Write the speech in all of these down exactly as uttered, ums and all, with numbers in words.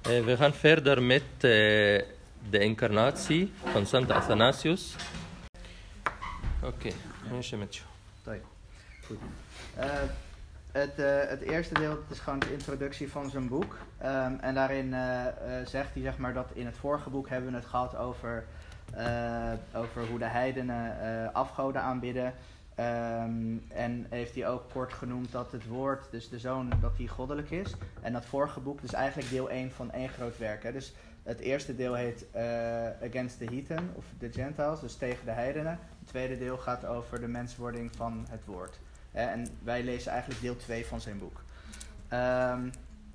Uh, we gaan verder met uh, de incarnatie van Sant Athanasius. Oké, meneer met jou. Goed. Uh, het, uh, het eerste deel het is gewoon de introductie van zijn boek. Um, en daarin uh, uh, zegt hij zeg maar, dat in het vorige boek hebben we het gehad over, uh, over hoe de heidenen uh, afgoden aanbidden. Um, en heeft hij ook kort genoemd dat het woord, dus de zoon, dat die goddelijk is. En dat vorige boek is eigenlijk deel één van één groot werk. Hè. Dus het eerste deel heet uh, Against the Heathen, of the Gentiles, dus tegen de heidenen. Het tweede deel gaat over de menswording van het woord. Hè. En wij lezen eigenlijk deel twee van zijn boek. Um,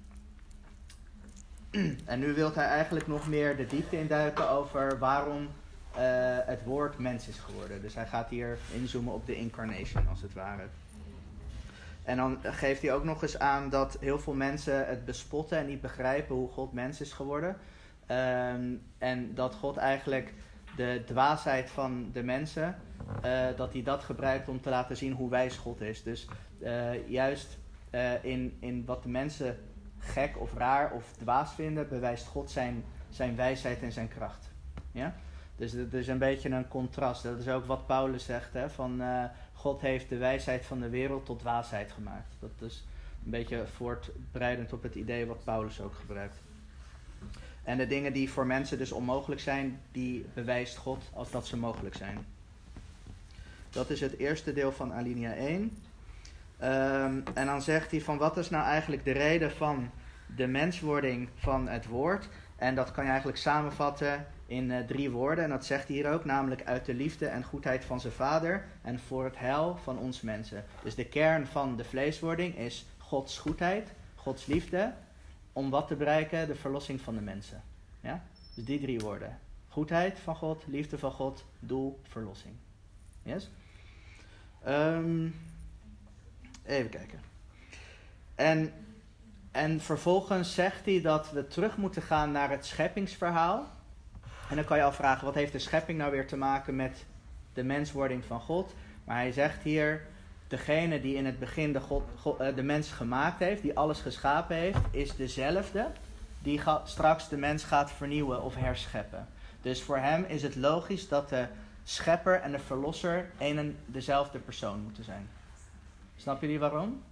en nu wil hij eigenlijk nog meer de diepte induiken over waarom Uh, het woord mens is geworden. Dus hij gaat hier inzoomen op de incarnation, als het ware. En dan geeft hij ook nog eens aan dat heel veel mensen het bespotten en niet begrijpen hoe God mens is geworden. Um, en dat God eigenlijk de dwaasheid van de mensen, uh, dat hij dat gebruikt om te laten zien hoe wijs God is. Dus uh, juist uh, in, in wat de mensen gek of raar of dwaas vinden, bewijst God zijn, zijn wijsheid en zijn kracht. Ja? Dus het is een beetje een contrast. Dat is ook wat Paulus zegt. Hè, van uh, God heeft de wijsheid van de wereld tot dwaasheid gemaakt. Dat is een beetje voortbreidend op het idee wat Paulus ook gebruikt. En de dingen die voor mensen dus onmogelijk zijn, die bewijst God als dat ze mogelijk zijn. Dat is het eerste deel van alinea één. Um, en dan zegt hij van wat is nou eigenlijk de reden van de menswording van het woord. En dat kan je eigenlijk samenvatten in uh, drie woorden. En dat zegt hij hier ook, namelijk uit de liefde en goedheid van zijn vader en voor het heil van ons mensen. Dus de kern van de vleeswording is Gods goedheid, Gods liefde, om wat te bereiken? De verlossing van de mensen. Ja? Dus die drie woorden. Goedheid van God, liefde van God, doel, verlossing. Yes? Um, even kijken. En, en vervolgens zegt hij dat we terug moeten gaan naar het scheppingsverhaal. En dan kan je afvragen, wat heeft de schepping nou weer te maken met de menswording van God? Maar hij zegt hier, degene die in het begin de, God, God, de mens gemaakt heeft, die alles geschapen heeft, is dezelfde die ga, straks de mens gaat vernieuwen of herscheppen. Dus voor hem is het logisch dat de schepper en de verlosser een en dezelfde persoon moeten zijn. Snap jullie waarom?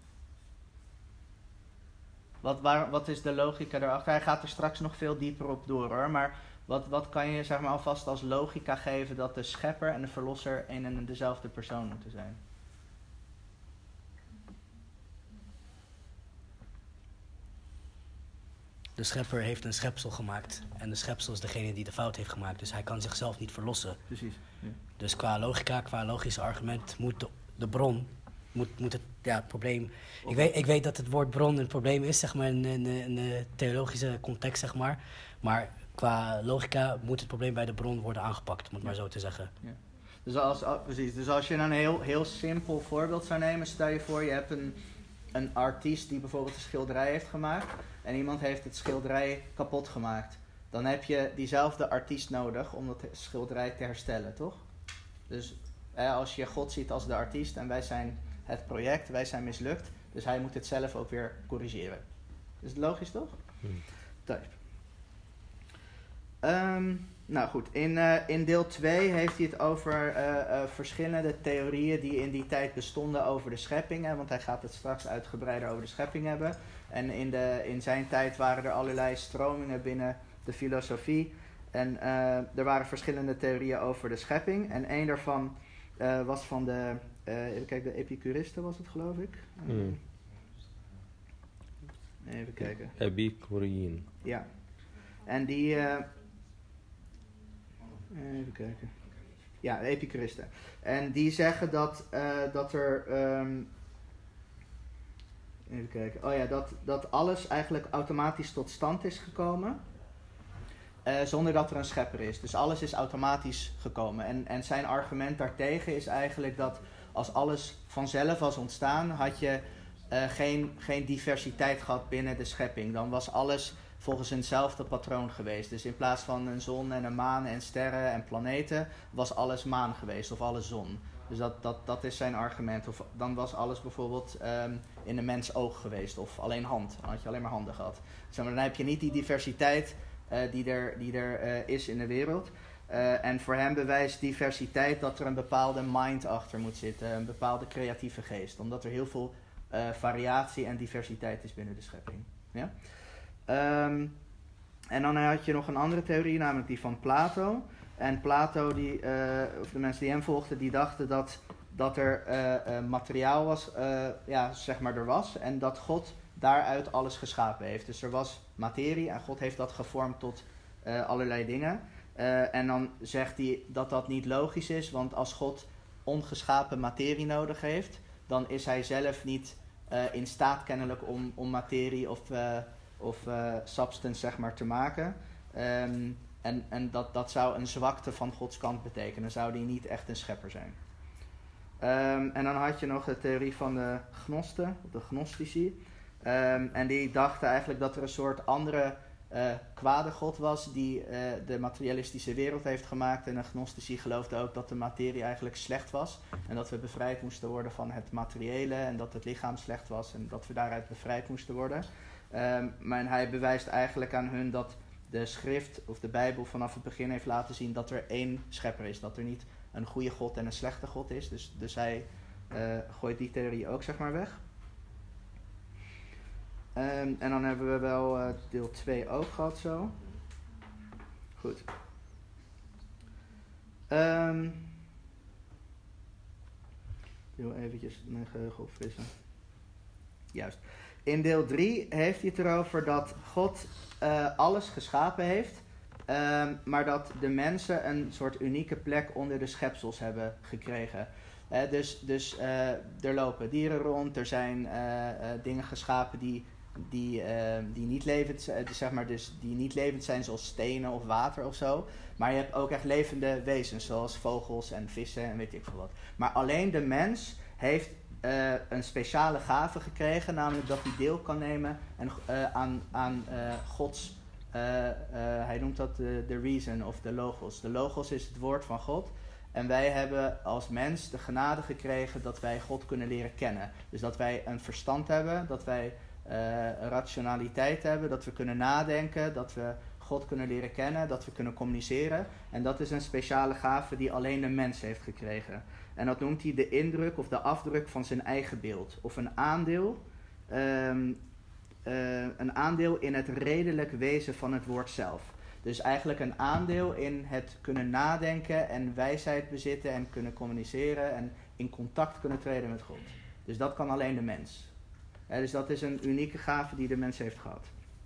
Wat, waar, wat is de logica daarachter? Hij gaat er straks nog veel dieper op door hoor, maar wat, wat kan je zeg maar alvast als logica geven dat de schepper en de verlosser een en dezelfde persoon moeten zijn? De schepper heeft een schepsel gemaakt en de schepsel is degene die de fout heeft gemaakt, dus hij kan zichzelf niet verlossen. Precies. Ja. Dus qua logica, qua logisch argument moet de, de bron, moet, moet het, ja, het probleem... Ik weet, ik weet dat het woord bron een probleem is, zeg maar, in een theologische context, zeg maar, maar qua logica moet het probleem bij de bron worden aangepakt, om het maar zo te zeggen. Ja. Dus, als, precies. Dus als je een heel, heel simpel voorbeeld zou nemen, stel je voor je hebt een, een artiest die bijvoorbeeld een schilderij heeft gemaakt en iemand heeft het schilderij kapot gemaakt. Dan heb je diezelfde artiest nodig om dat schilderij te herstellen, toch? Dus eh, als je God ziet als de artiest en wij zijn het project, wij zijn mislukt, dus hij moet het zelf ook weer corrigeren. Is het logisch, toch? Hmm. Type. Um, nou goed, in, uh, in deel twee heeft hij het over uh, uh, verschillende theorieën die in die tijd bestonden over de schepping. Hè, want hij gaat het straks uitgebreider over de schepping hebben. En in, de, in zijn tijd waren er allerlei stromingen binnen de filosofie. En uh, er waren verschillende theorieën over de schepping. En een daarvan uh, was van de, uh, even kijken, de Epicuristen was het geloof ik. Uh, hmm. Even kijken. Epicurien. Ja. En die... Uh, Even kijken. Ja, de Epicuristen. En die zeggen dat, uh, dat er... Um, even kijken. Oh ja, dat, dat alles eigenlijk automatisch tot stand is gekomen. Uh, zonder dat er een schepper is. Dus alles is automatisch gekomen. En, en zijn argument daartegen is eigenlijk dat als alles vanzelf was ontstaan, had je uh, geen, geen diversiteit gehad binnen de schepping. Dan was alles volgens eenzelfde patroon geweest. Dus in plaats van een zon en een maan en sterren en planeten, was alles maan geweest of alles zon. Dus dat, dat, dat is zijn argument. Of dan was alles bijvoorbeeld um, in de mens oog geweest. Of alleen hand. Dan had je alleen maar handen gehad. Zeg maar, dan heb je niet die diversiteit uh, die er, die er uh, is in de wereld. Uh, en voor hem bewijst diversiteit dat er een bepaalde mind achter moet zitten. Een bepaalde creatieve geest. Omdat er heel veel uh, variatie en diversiteit is binnen de schepping. Ja? Um, en dan had je nog een andere theorie, namelijk die van Plato. En Plato, die, uh, of de mensen die hem volgden, die dachten dat, dat er uh, uh, materiaal was, uh, ja, zeg maar er was. En dat God daaruit alles geschapen heeft. Dus er was materie en God heeft dat gevormd tot uh, allerlei dingen. Uh, en dan zegt hij dat dat niet logisch is, want als God ongeschapen materie nodig heeft, dan is hij zelf niet uh, in staat kennelijk om, om materie of, uh, of uh, substance zeg maar, te maken. Um, en en dat, dat zou een zwakte van Gods kant betekenen. Dan zou hij niet echt een schepper zijn. Um, en dan had je nog de theorie van de gnosten, de gnostici. Um, en die dachten eigenlijk dat er een soort andere uh, kwade God was die uh, de materialistische wereld heeft gemaakt. En de gnostici geloofden ook dat de materie eigenlijk slecht was. En dat we bevrijd moesten worden van het materiële en dat het lichaam slecht was en dat we daaruit bevrijd moesten worden. Um, maar hij bewijst eigenlijk aan hun dat de schrift of de Bijbel vanaf het begin heeft laten zien dat er één schepper is. Dat er niet een goede God en een slechte God is. Dus, dus hij uh, gooit die theorie ook zeg maar weg. Um, en dan hebben we wel uh, deel twee ook gehad zo. Goed. Um, ik wil eventjes mijn geheugen opfrissen. Juist. In deel drie heeft hij het erover dat God uh, alles geschapen heeft. Um, maar dat de mensen een soort unieke plek onder de schepsels hebben gekregen. Uh, dus dus uh, er lopen dieren rond, er zijn uh, uh, dingen geschapen die, die, uh, die, niet levend, uh, zeg maar dus die niet levend zijn, zoals stenen of water of zo. Maar je hebt ook echt levende wezens, zoals vogels en vissen en weet ik veel wat. Maar alleen de mens heeft uh, een speciale gave gekregen, namelijk dat hij deel kan nemen en, uh, aan, aan uh, Gods... Uh, uh, hij noemt dat de, de reason of de logos. De logos is het woord van God. En wij hebben als mens de genade gekregen dat wij God kunnen leren kennen. Dus dat wij een verstand hebben, dat wij uh, een rationaliteit hebben, dat we kunnen nadenken, dat we God kunnen leren kennen, dat we kunnen communiceren. En dat is een speciale gave die alleen de mens heeft gekregen. En dat noemt hij de indruk of de afdruk van zijn eigen beeld. Of een aandeel... Um, Uh, een aandeel in het redelijk wezen van het woord zelf. Dus eigenlijk een aandeel in het kunnen nadenken en wijsheid bezitten en kunnen communiceren en in contact kunnen treden met God. Dus dat kan alleen de mens. Uh, dus dat is een unieke gave die de mens heeft gehad.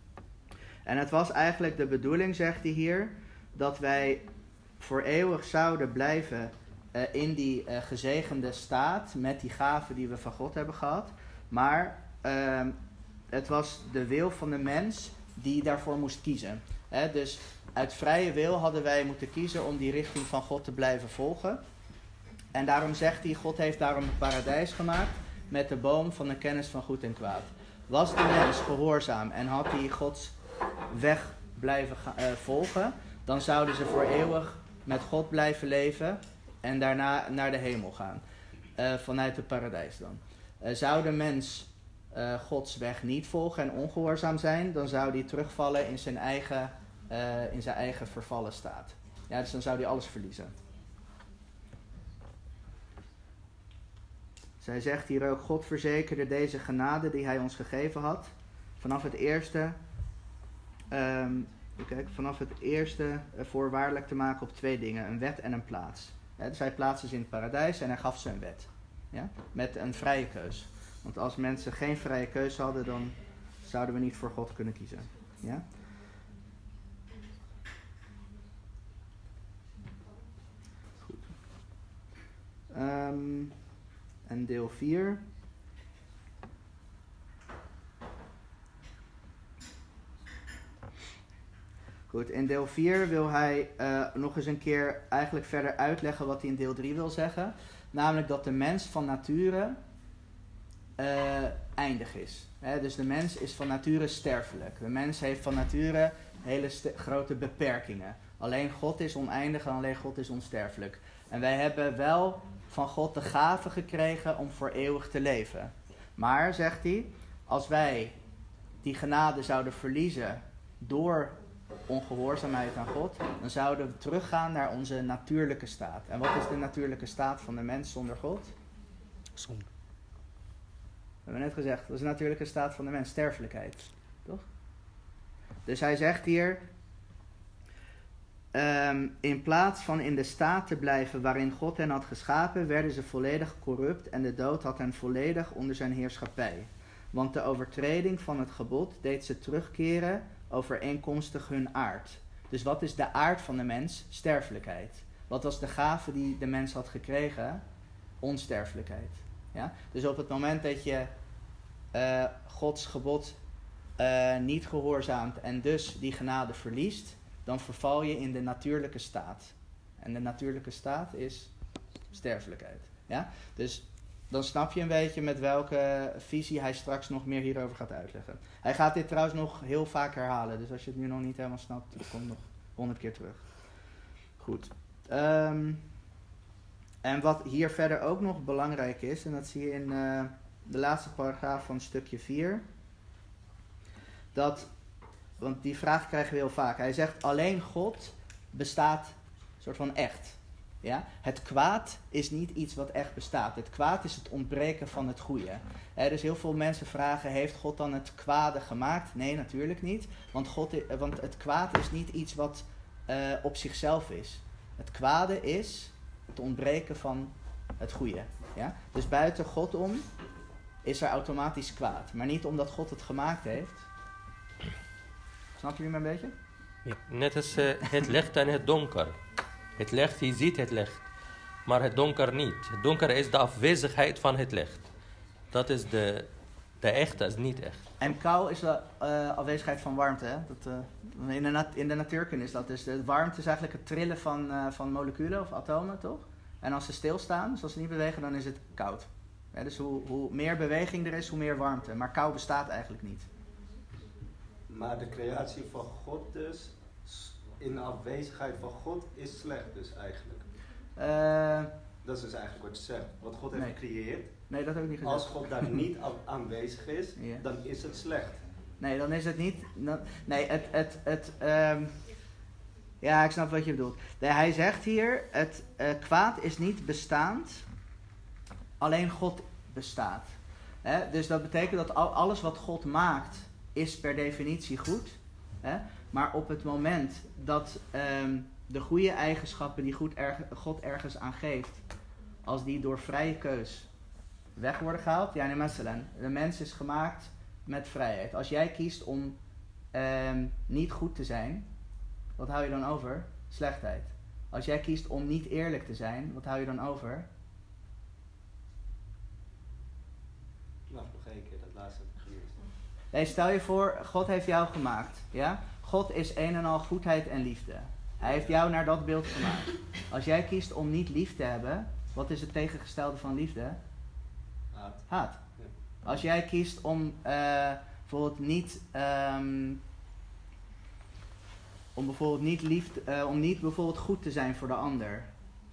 En het was eigenlijk de bedoeling, zegt hij hier, dat wij voor eeuwig zouden blijven uh, in die uh, gezegende staat met die gaven die we van God hebben gehad. Maar... Uh, Het was de wil van de mens die daarvoor moest kiezen. He, dus uit vrije wil hadden wij moeten kiezen om die richting van God te blijven volgen. En daarom zegt hij, God heeft daarom een paradijs gemaakt met de boom van de kennis van goed en kwaad. Was de mens gehoorzaam en had hij Gods weg blijven uh, volgen, dan zouden ze voor eeuwig met God blijven leven en daarna naar de hemel gaan. Uh, vanuit het paradijs dan. Uh, zou de mens... Uh, Gods weg niet volgen en ongehoorzaam zijn, dan zou hij terugvallen in zijn eigen, uh, in zijn eigen vervallen staat. Ja, dus dan zou hij alles verliezen. Zij zegt hier ook, God verzekerde deze genade die hij ons gegeven had, vanaf het eerste, um, kijk, vanaf het eerste uh, voorwaardelijk te maken op twee dingen, een wet en een plaats. Ja, dus hij plaatste ze in het paradijs en hij gaf ze een wet. Ja? Met een vrije keus. Want als mensen geen vrije keuze hadden, dan zouden we niet voor God kunnen kiezen. Ja? Goed. Um, en deel vier. Goed, in deel vier wil hij uh, nog eens een keer eigenlijk verder uitleggen wat hij in deel drie wil zeggen. Namelijk dat de mens van nature... Uh, eindig is. He, dus de mens is van nature sterfelijk. De mens heeft van nature hele st- grote beperkingen. Alleen God is oneindig en alleen God is onsterfelijk. En wij hebben wel van God de gave gekregen om voor eeuwig te leven. Maar, zegt hij, als wij die genade zouden verliezen door ongehoorzaamheid aan God, dan zouden we teruggaan naar onze natuurlijke staat. En wat is de natuurlijke staat van de mens zonder God? Zonde. We hebben net gezegd, dat is de natuurlijke staat van de mens, sterfelijkheid. Toch? Dus hij zegt hier, um, in plaats van in de staat te blijven waarin God hen had geschapen, werden ze volledig corrupt en de dood had hen volledig onder zijn heerschappij. Want de overtreding van het gebod deed ze terugkeren overeenkomstig hun aard. Dus wat is de aard van de mens? Sterfelijkheid. Wat was de gave die de mens had gekregen? Onsterfelijkheid. Ja? Dus op het moment dat je uh, Gods gebod uh, niet gehoorzaamt en dus die genade verliest, dan verval je in de natuurlijke staat. En de natuurlijke staat is sterfelijkheid. Ja? Dus dan snap je een beetje met welke visie hij straks nog meer hierover gaat uitleggen. Hij gaat dit trouwens nog heel vaak herhalen. Dus als je het nu nog niet helemaal snapt, dan kom nog honderd keer terug. Goed. Um, en wat hier verder ook nog belangrijk is, en dat zie je in uh, de laatste paragraaf van stukje vier. Dat, want die vraag krijgen we heel vaak. Hij zegt, alleen God bestaat soort van echt. Ja? Het kwaad is niet iets wat echt bestaat. Het kwaad is het ontbreken van het goede. Eh, dus heel veel mensen vragen, heeft God dan het kwade gemaakt? Nee, natuurlijk niet. Want, God, want het kwaad is niet iets wat uh, op zichzelf is. Het kwade is het ontbreken van het goede. Ja? Dus buiten God om is er automatisch kwaad. Maar niet omdat God het gemaakt heeft. Snap jullie me een beetje? Ja. Net als uh, het licht en het donker. Het licht, je ziet het licht. Maar het donker niet. Het donker is de afwezigheid van het licht. Dat is de, de echte, dat is niet echt. En kou is de uh, afwezigheid van warmte. Hè? Dat, uh, in, de nat- in de natuurkunde is dat dus. De warmte is eigenlijk het trillen van, uh, van moleculen of atomen, toch? En als ze stilstaan, dus als ze niet bewegen, dan is het koud. Ja, dus hoe, hoe meer beweging er is, hoe meer warmte. Maar kou bestaat eigenlijk niet. Maar de creatie van God dus, in de afwezigheid van God, is slecht dus eigenlijk. Uh, dat is dus eigenlijk wat je zegt. Wat God heeft nee. gecreëerd. Nee, dat heb ik niet gezegd. Als God daar niet aanwezig is, ja. dan is het slecht. Nee, dan is het niet... Dan, nee, het... het, het um, ja, ik snap wat je bedoelt. De, hij zegt hier, het uh, kwaad is niet bestaand, alleen God bestaat. Hè? Dus dat betekent dat al, alles wat God maakt, is per definitie goed. Hè? Maar op het moment dat um, de goede eigenschappen die goed erg, God ergens aan geeft, als die door vrije keus weg worden gehaald. Ja, nee, mesela, de mens is gemaakt met vrijheid. Als jij kiest om um, niet goed te zijn, wat hou je dan over? Slechtheid. Als jij kiest om niet eerlijk te zijn, wat hou je dan over? Wacht nog één keer, dat laatste heb ik geleerd. Nee, stel je voor, God heeft jou gemaakt. Ja? God is een en al goedheid en liefde. Hij heeft jou naar dat beeld gemaakt. Als jij kiest om niet lief te hebben, wat is het tegengestelde van liefde? Haat. Haat. Ja. Als jij kiest om uh, bijvoorbeeld niet, um, om bijvoorbeeld niet lief, uh, om niet bijvoorbeeld goed te zijn voor de ander,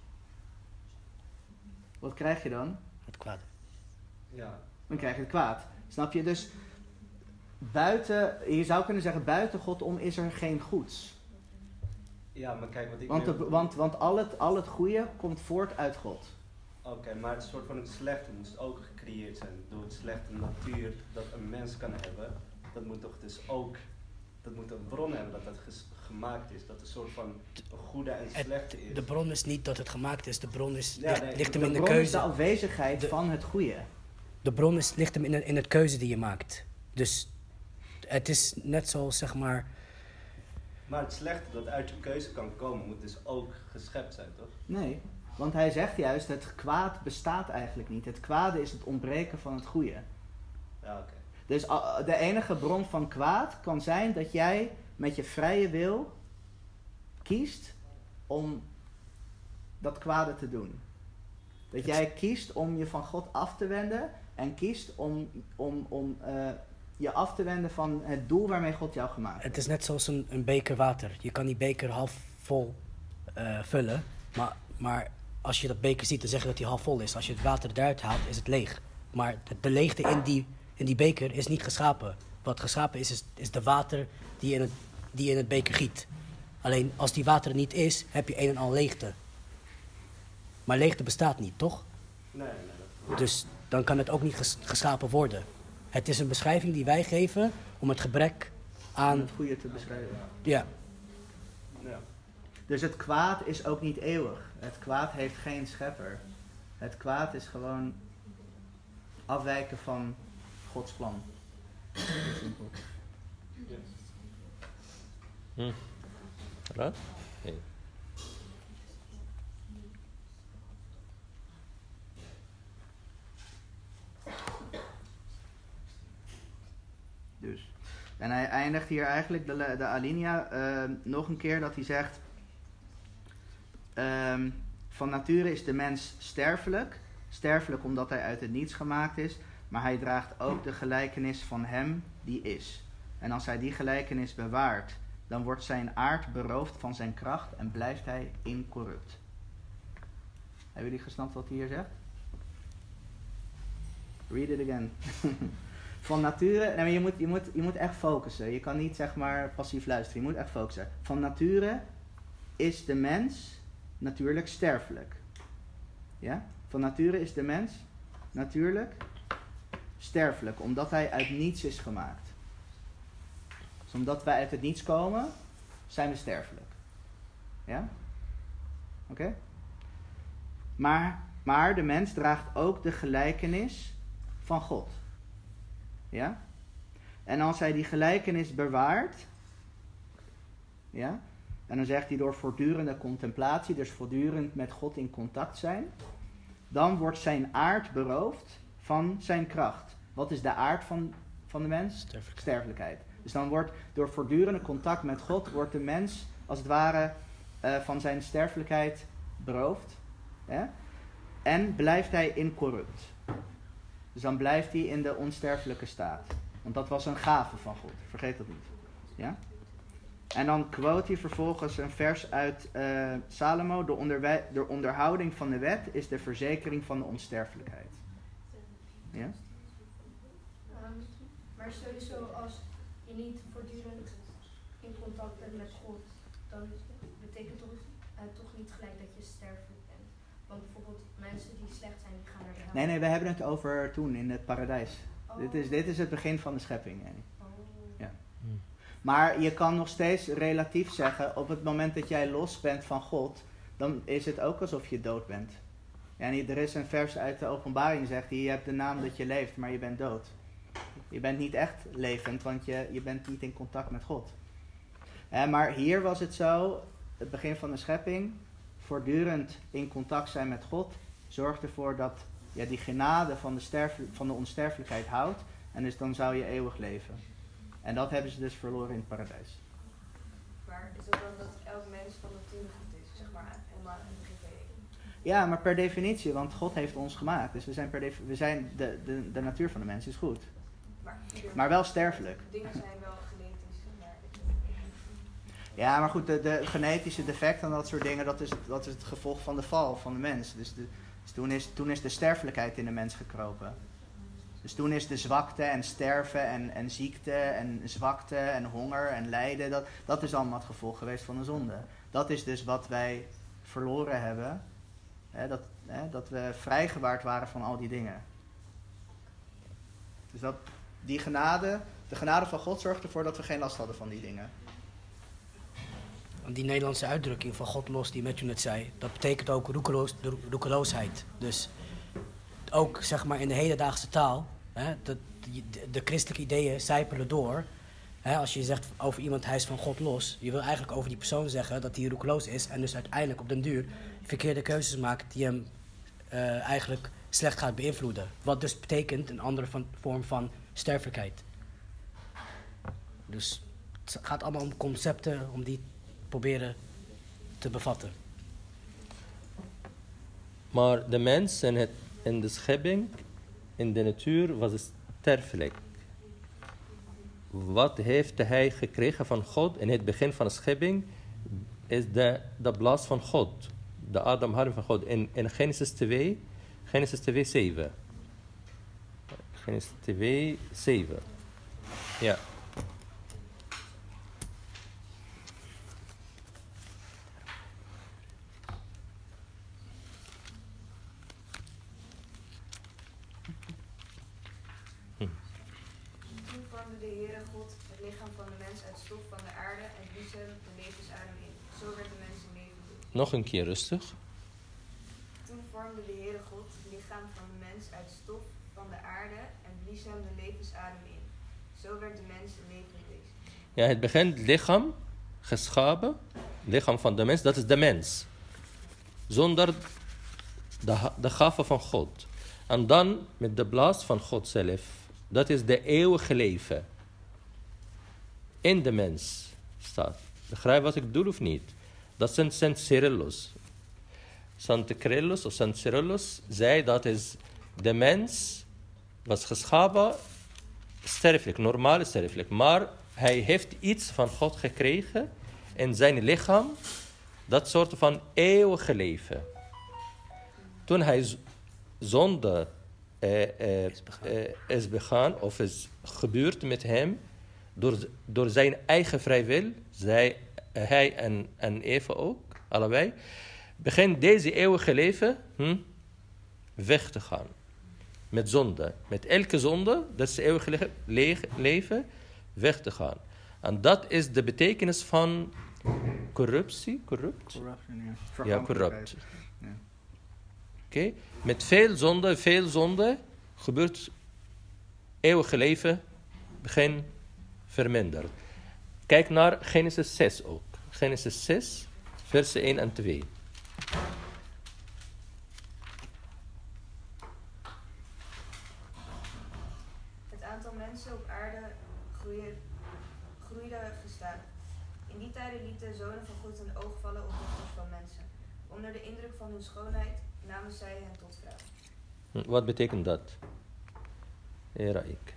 wat krijg je dan? Het kwaad. Ja. Dan krijg je het kwaad. Snap je? Dus buiten, je zou kunnen zeggen, buiten God om is er geen goeds. Ja, maar kijk wat ik... Want, de, want, want al, het, al het goede komt voort uit God. Oké, okay, maar het soort van het slechte moest ook gecreëerd zijn door het slechte natuur dat een mens kan hebben. Dat moet toch dus ook, dat moet een bron hebben dat dat ges, gemaakt is. Dat een soort van een goede en slechte is. De bron is niet dat het gemaakt is, de bron is, ja, ligt, nee, ligt de, hem in de, de keuze. bron is de afwezigheid de, van het goede. De bron is, ligt hem in, in het keuze die je maakt. Dus het is net zoals zeg maar... Maar het slechte dat uit je keuze kan komen, moet dus ook geschept zijn, toch? Nee, want hij zegt juist, het kwaad bestaat eigenlijk niet. Het kwade is het ontbreken van het goede. Ja, oké. Okay. Dus uh, de enige bron van kwaad kan zijn dat jij met je vrije wil kiest om dat kwade te doen. Dat jij kiest om je van God af te wenden en kiest om, om, om uh, je af te wenden van het doel waarmee God jou gemaakt heeft. Het is net zoals een, een beker water. Je kan die beker half vol uh, vullen, maar, maar als je dat beker ziet, dan zeg je dat die half vol is. Als je het water eruit haalt, is het leeg. Maar de, de leegte in die, in die beker is niet geschapen. Wat geschapen is, is, is de water die in, het, die je in het beker giet. Alleen als die water er niet is, heb je een en al leegte. Maar leegte bestaat niet, toch? Nee, nee, dat Dus dan kan het ook niet ges, geschapen worden. Het is een beschrijving die wij geven om het gebrek Om aan... het goede te beschrijven. Ja, Ja. Dus het kwaad is ook niet eeuwig. Het kwaad heeft geen schepper. Het kwaad is gewoon afwijken van Gods plan. Heel simpel. Hm. Right? Nee. Dus. En hij eindigt hier eigenlijk de, de alinea uh, nog een keer dat hij zegt... Um, van nature is de mens sterfelijk. Sterfelijk omdat hij uit het niets gemaakt is. Maar hij draagt ook de gelijkenis van hem die is. En als hij die gelijkenis bewaart, dan wordt zijn aard beroofd van zijn kracht en blijft hij incorrupt. Hebben jullie gesnapt wat hij hier zegt? Read it again. Van nature, nee, maar je, moet, je, moet, je moet echt focussen. Je kan niet zeg maar passief luisteren. Je moet echt focussen. Van nature is de mens natuurlijk sterfelijk. Ja? Van nature is de mens natuurlijk sterfelijk, omdat hij uit niets is gemaakt. Dus omdat wij uit het niets komen, zijn we sterfelijk. Ja? Oké? Okay? Maar, maar de mens draagt ook de gelijkenis van God. Ja? En als hij die gelijkenis bewaart, ja, en dan zegt hij door voortdurende contemplatie, dus voortdurend met God in contact zijn, dan wordt zijn aard beroofd van zijn kracht. Wat is de aard van, van de mens? Sterfelijkheid. Sterfelijkheid. Dus dan wordt door voortdurende contact met God, wordt de mens als het ware uh, van zijn sterfelijkheid beroofd. Ja? En blijft hij incorrupt. Dus dan blijft hij in de onsterfelijke staat. Want dat was een gave van God. Vergeet dat niet. Ja? En dan quote hij vervolgens een vers uit uh, Salomo. De, onderwij- de onderhouding van de wet is de verzekering van de onsterfelijkheid. Ja? Um, maar sowieso als je niet voortdurend in contact bent met God, dan betekent toch, uh, toch niet gelijk dat je sterfelijk bent. Want bijvoorbeeld mensen die slecht zijn, die gaan naar de hel. Nee, nee, we hebben het over toen in het paradijs. Oh. Dit, is, dit is het begin van de schepping. Annie. Oh. Ja. Maar je kan nog steeds relatief zeggen, op het moment dat jij los bent van God, dan is het ook alsof je dood bent. Ja, en er is een vers uit de Openbaring zegt, je hebt de naam dat je leeft, maar je bent dood. Je bent niet echt levend, want je, je bent niet in contact met God. Eh, maar hier was het zo, het begin van de schepping, voortdurend in contact zijn met God, zorgt ervoor dat je die genade van de, sterf, van de onsterfelijkheid houdt. En dus dan zou je eeuwig leven. En dat hebben ze dus verloren in het paradijs. Maar is het dan dat elk mens van nature goed is, zeg maar, helemaal in het begin? Ja, maar per definitie, want God heeft ons gemaakt. Dus we zijn, per defi- we zijn de, de, de natuur van de mens is goed. Maar, Maar wel sterfelijk. Dingen zijn wel genetisch, maar... Ja, maar goed, de, de genetische defecten en dat soort dingen, dat is, dat is het gevolg van de val van de mens. Dus, de, dus toen, is, toen is de sterfelijkheid in de mens gekropen. Dus toen is de zwakte en sterven en, en ziekte en zwakte en honger en lijden, dat, dat is allemaal het gevolg geweest van de zonde. Dat is dus wat wij verloren hebben, hè, dat, hè, dat we vrijgewaard waren van al die dingen. Dus dat, die genade, de genade van God zorgt ervoor dat we geen last hadden van die dingen. Die Nederlandse uitdrukking van God los die Matthew net zei, dat betekent ook roekeloos, roekeloosheid. Dus ook zeg maar in de hedendaagse taal, hè, de, de, de christelijke ideeën zijpelen door. Hè, als je zegt over iemand hij is van God los, je wil eigenlijk over die persoon zeggen dat hij roekeloos is en dus uiteindelijk op den duur verkeerde keuzes maakt die hem uh, eigenlijk slecht gaat beïnvloeden. Wat dus betekent een andere van, vorm van sterfelijkheid. Dus het gaat allemaal om concepten, om die proberen te bevatten. Maar de mens in, het, in de schepping, in de natuur, was sterfelijk. wat heeft hij gekregen van God in het begin van de schepping? Is de, de blaas van God. De ademhaling van God. In, in Genesis twee, Genesis twee, zeven. Genesis twee, zeven. Ja. Toen vormde de Heere God het lichaam van de mens uit stof van de aarde en blies hem de levensadem in. Zo werd de mens een levend. Nog een keer rustig. Toen vormde de Heere God het lichaam van de mens uit stof van de aarde en blies hem de levensadem in. Zo werd de mens een levend wezen. Ja, het begint lichaam, geschapen, lichaam van de mens, dat is de mens. Zonder de, de gave van God. En dan met de blaas van God zelf. Dat is de eeuwige leven. In de mens staat. Begrijp wat ik bedoel of niet? Dat is Sint Cyrillus. Sint Cyrillus of Sint Cyrillus zei dat is de mens was geschapen sterfelijk, normaal sterfelijk. Maar hij heeft iets van God gekregen in zijn lichaam. Dat soort van eeuwige leven. Toen hij z- zonde uh, uh, Is begaan. uh, is begaan of is gebeurd met hem door, z- door zijn eigen vrij wil, zij, hij en, en Eva ook, allebei, begint deze eeuwige leven hm, weg te gaan. Met zonde. Met elke zonde, dat is eeuwige le- le- leven, weg te gaan. En dat is de betekenis van corruptie, corrupt. Corruption, ja. Ja, Vergankelijkheid. corrupt. Ja. Oké? Met veel zonde, veel zonde gebeurt eeuwige leven begin verminderd. Kijk naar Genesis zes ook. Genesis zes, versen één en twee. Het aantal mensen op aarde groeide, groeide gestaag. In die tijden lieten de zonen van God hun oog vallen op dochters van mensen. Onder de indruk van hun schoonheid namen zij hen tot vrouw. Hm, Wat betekent dat? Eraik.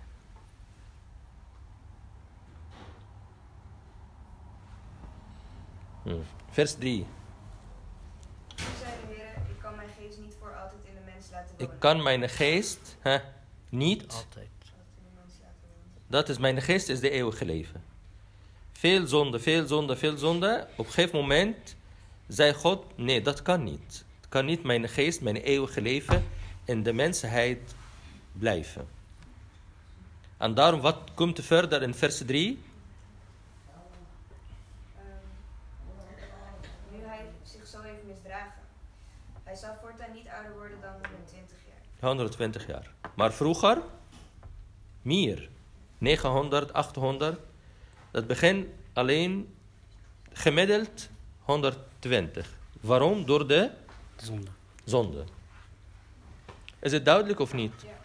Hm. Vers drie. Toen zei de Heer, ik kan mijn geest niet voor altijd in de mens laten wonen. Ik kan mijn geest hè, niet. Altijd. Altijd in de mens laten wonen. Dat is mijn geest, is de eeuwige leven. Veel zonde, veel zonde, veel zonde. Op een gegeven moment zei God, nee, dat kan niet. Het kan niet mijn geest, mijn eeuwige leven in de mensheid blijven. En daarom, wat komt er verder in vers drie? Ehm, nu hij zich zo heeft misdragen. Hij zal voortaan niet ouder worden dan honderdtwintig jaar. honderdtwintig jaar. Maar vroeger, meer. negenhonderd, achthonderd. Dat begint alleen gemiddeld honderdtwintig. Waarom? Door de Zonde. zonde. Is het duidelijk of niet? Ja.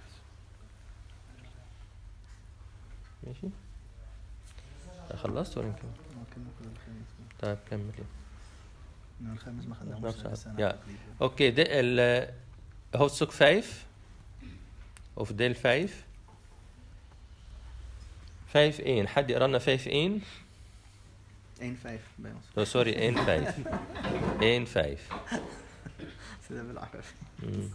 ماشي خلصت ولا يمكن طيب كمل الخامس ما نفس خدناهوش الساعة. لسه Ja. Oké, de- el, eh, hoofdstuk vijf. Of deel vijf. vijf één. حد يقرا لنا vijf één. één vijf bij ons. Oh, sorry, één vijf. één vijf. Ze hebben het af. Mm.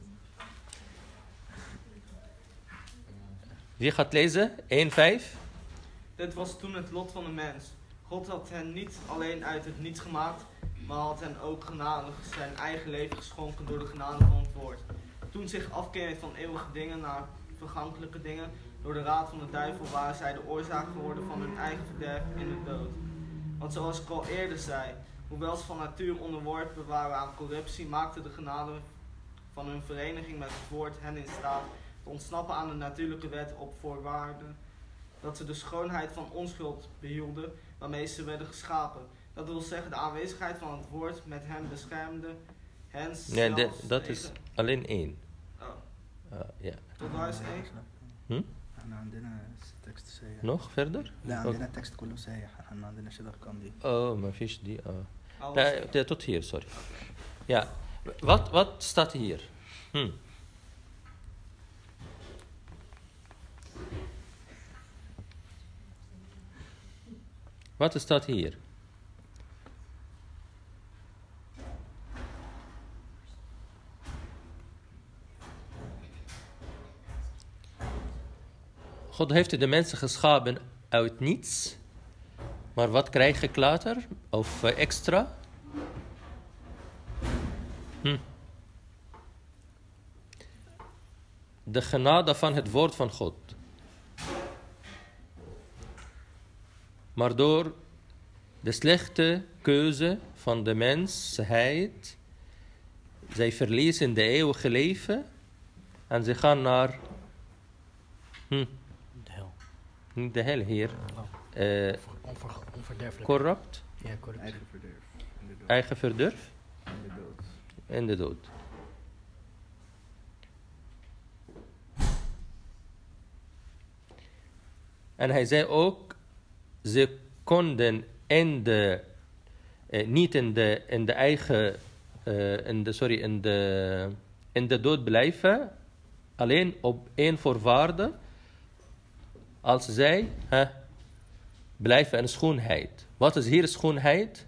Wie gaat lezen? één vijf. Dit was toen het lot van de mens. God had hen niet alleen uit het niets gemaakt, maar had hen ook genadig zijn eigen leven geschonken door de genade van het woord. Toen zich afkerend van eeuwige dingen naar vergankelijke dingen, door de raad van de duivel waren zij de oorzaak geworden van hun eigen verderf in de dood. Want zoals ik al eerder zei, hoewel ze van natuur onderworpen waren aan corruptie, maakte de genade van hun vereniging met het woord hen in staat te ontsnappen aan de natuurlijke wet op voorwaarde dat ze de schoonheid van onschuld behielden waarmee ze werden geschapen. Dat wil zeggen, de aanwezigheid van het woord met hen beschermde hen Nee, zelfs de- dat is tegen- alleen één. Oh, Ah, ja. tot waar is één? Hm? احنا عندنا تكست سايح. Nog verder? لا عندنا تكست كله سايح، احنا ما عندناش الارقام دي. Oh, maar vies die. Oh. Alles. Nee, ja, tot hier, sorry. Ja, wat, wat staat hier? Hm. Wat staat hier? God heeft de mensen geschapen uit niets. Maar wat krijg ik later? Of uh, extra? Hm. De genade van het woord van God. Maar door de slechte keuze van de mensheid, zij verliezen de eeuwige leven en ze gaan naar hm, De hel. niet de hel hier, Oh. uh, Onver, onverderfelijk. corrupt, Ja, corrupt. Eigen verdurf. En de dood. eigen verdurf En de dood. en de dood. En hij zei ook, ze konden in de, eh, niet in de, in de eigen, eh, in de, sorry, in de, in de dood blijven, alleen op één voorwaarde, als zij hè, blijven in schoonheid. Wat is hier schoonheid?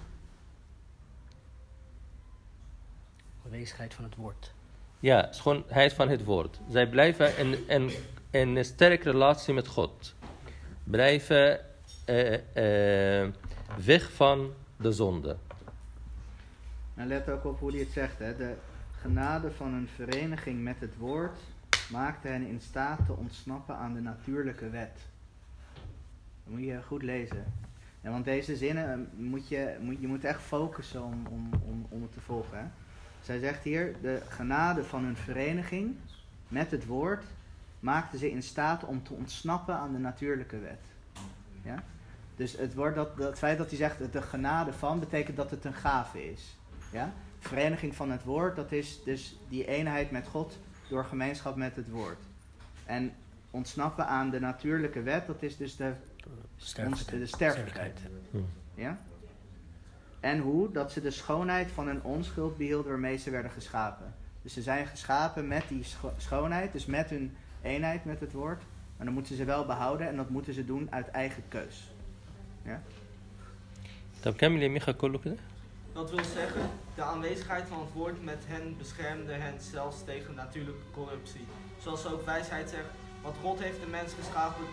Aanwezigheid van het woord. Ja, schoonheid van het woord. Zij blijven in, in, in een sterke relatie met God. Blijven uh, uh, weg van de zonde. En let ook op hoe hij het zegt. Hè. De genade van een vereniging met het woord maakte hen in staat te ontsnappen aan de natuurlijke wet. Dat moet je goed lezen. Ja, want deze zinnen moet je, moet, je moet echt focussen om, om, om, om het te volgen. Hè. Zij zegt hier, de genade van een vereniging met het woord maakte ze in staat om te ontsnappen aan de natuurlijke wet. Ja? Dus het, woord dat, dat, het feit dat hij zegt de genade van, betekent dat het een gave is. Ja? Vereniging van het woord, dat is dus die eenheid met God door gemeenschap met het woord. En ontsnappen aan de natuurlijke wet, dat is dus de Sterfelijkheid. de sterfelijkheid. Ja? En hoe? Dat ze de schoonheid van hun onschuld behielden waarmee ze werden geschapen. Dus ze zijn geschapen met die scho- schoonheid, dus met hun eenheid met het woord. Maar dan moeten ze wel behouden en dat moeten ze doen uit eigen keus. Ja? طب كمل يا ميخا كله كده. Dat wil zeggen, de aanwezigheid van het woord met hen beschermde hen zelfs tegen natuurlijke corruptie. Zoals ook wijsheid zegt, want God heeft de mens geschapen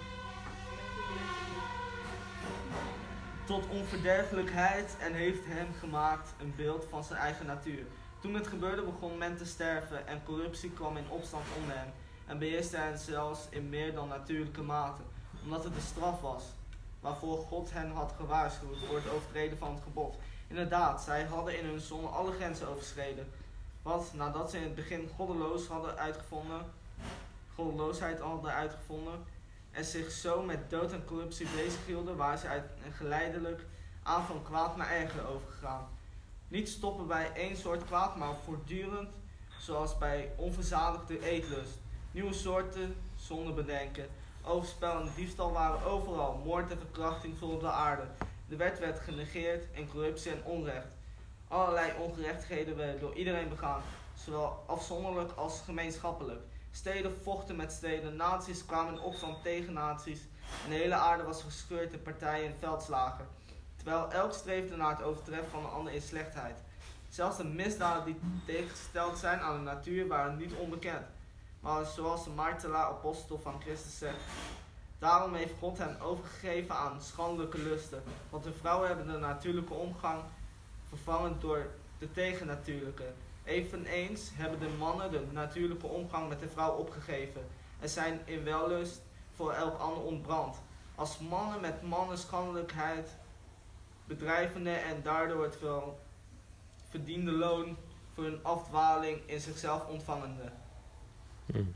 tot onverderfelijkheid en heeft hem gemaakt een beeld van zijn eigen natuur. Toen het gebeurde begon men te sterven en corruptie kwam in opstand onder hen en beheerste hen zelfs in meer dan natuurlijke mate, omdat het de straf was waarvoor God hen had gewaarschuwd voor het overtreden van het gebod. Inderdaad, zij hadden in hun zonde alle grenzen overschreden, wat nadat ze in het begin goddeloos hadden uitgevonden, goddeloosheid hadden uitgevonden en zich zo met dood en corruptie bezig hielden, waren ze uit een geleidelijk aan van kwaad naar erger overgegaan. Niet stoppen bij één soort kwaad, maar voortdurend, zoals bij onverzadigde eetlust, nieuwe soorten zonde bedenken. Overspel en diefstal waren overal, moord en verkrachting vulden de aarde. De wet werd genegeerd en corruptie en onrecht. Allerlei ongerechtigheden werden door iedereen begaan, zowel afzonderlijk als gemeenschappelijk. Steden vochten met steden, naties kwamen in opstand tegen naties en de hele aarde was gescheurd in partijen en veldslagen. Terwijl elk streefde naar het overtreffen van de ander in slechtheid. Zelfs de misdaden die tegengesteld zijn aan de natuur waren niet onbekend. Maar zoals de martelaar apostel van Christus zegt, daarom heeft God hen overgegeven aan schandelijke lusten. Want de vrouwen hebben de natuurlijke omgang vervangen door de tegennatuurlijke. Eveneens hebben de mannen de natuurlijke omgang met de vrouw opgegeven en zijn in wellust voor elk ander ontbrand. Als mannen met mannen schandelijkheid bedrijvende en daardoor het wel verdiende loon voor hun afdwaling in zichzelf ontvangende. Hmm.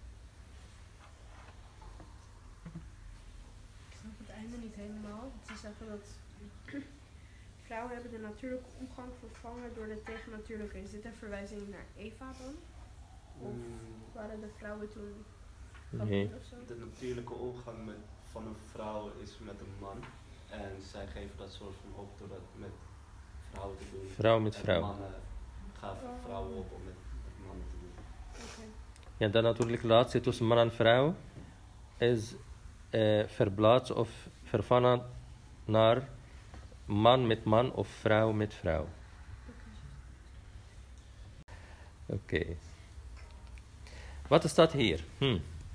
Ik snap het einde niet helemaal. Ze zeggen dat vrouwen hebben de natuurlijke omgang vervangen door de tegennatuurlijke. Is dit een verwijzing naar Eva dan? Of waren de vrouwen toen Nee. of zo? De natuurlijke omgang met, van een vrouw is met een man. En zij geven dat soort van op door dat met vrouwen te doen. Vrouw met En vrouw. mannen gaven vrouwen op om met, met mannen te doen. Oké. Ja, dan natuurlijk de relatie tussen man en vrouw is uh, verplaatst of vervangen naar man met man of vrouw met vrouw. Oké. Okay. Wat staat hier? Hm.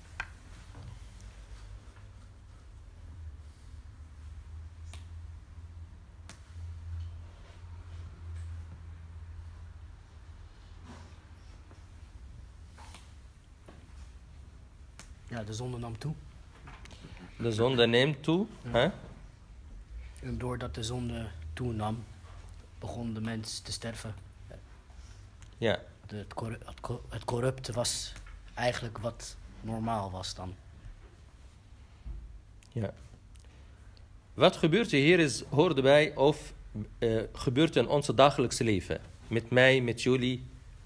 Ja, de zonde nam toe. De zonde neemt toe. Ja. Hè? En doordat de zonde toenam, begon de mens te sterven. Ja. De, het, corru het, co het corrupte was eigenlijk wat normaal was dan. Ja. Wat gebeurt er hier is, hoort erbij of uh, gebeurt in ons dagelijkse leven. Met mij, met jullie.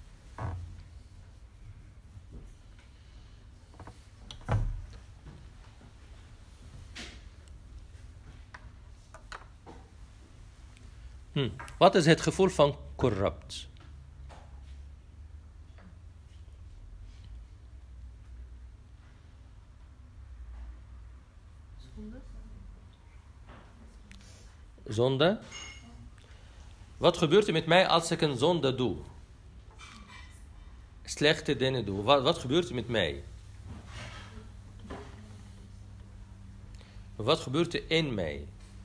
Hm. Wat is het gevoel van corrupt? Zonde. Zonde? Wat gebeurt er met mij als ik een zonde doe? Slechte dingen doe. Wat, wat gebeurt er met mij? Wat gebeurt er in mij?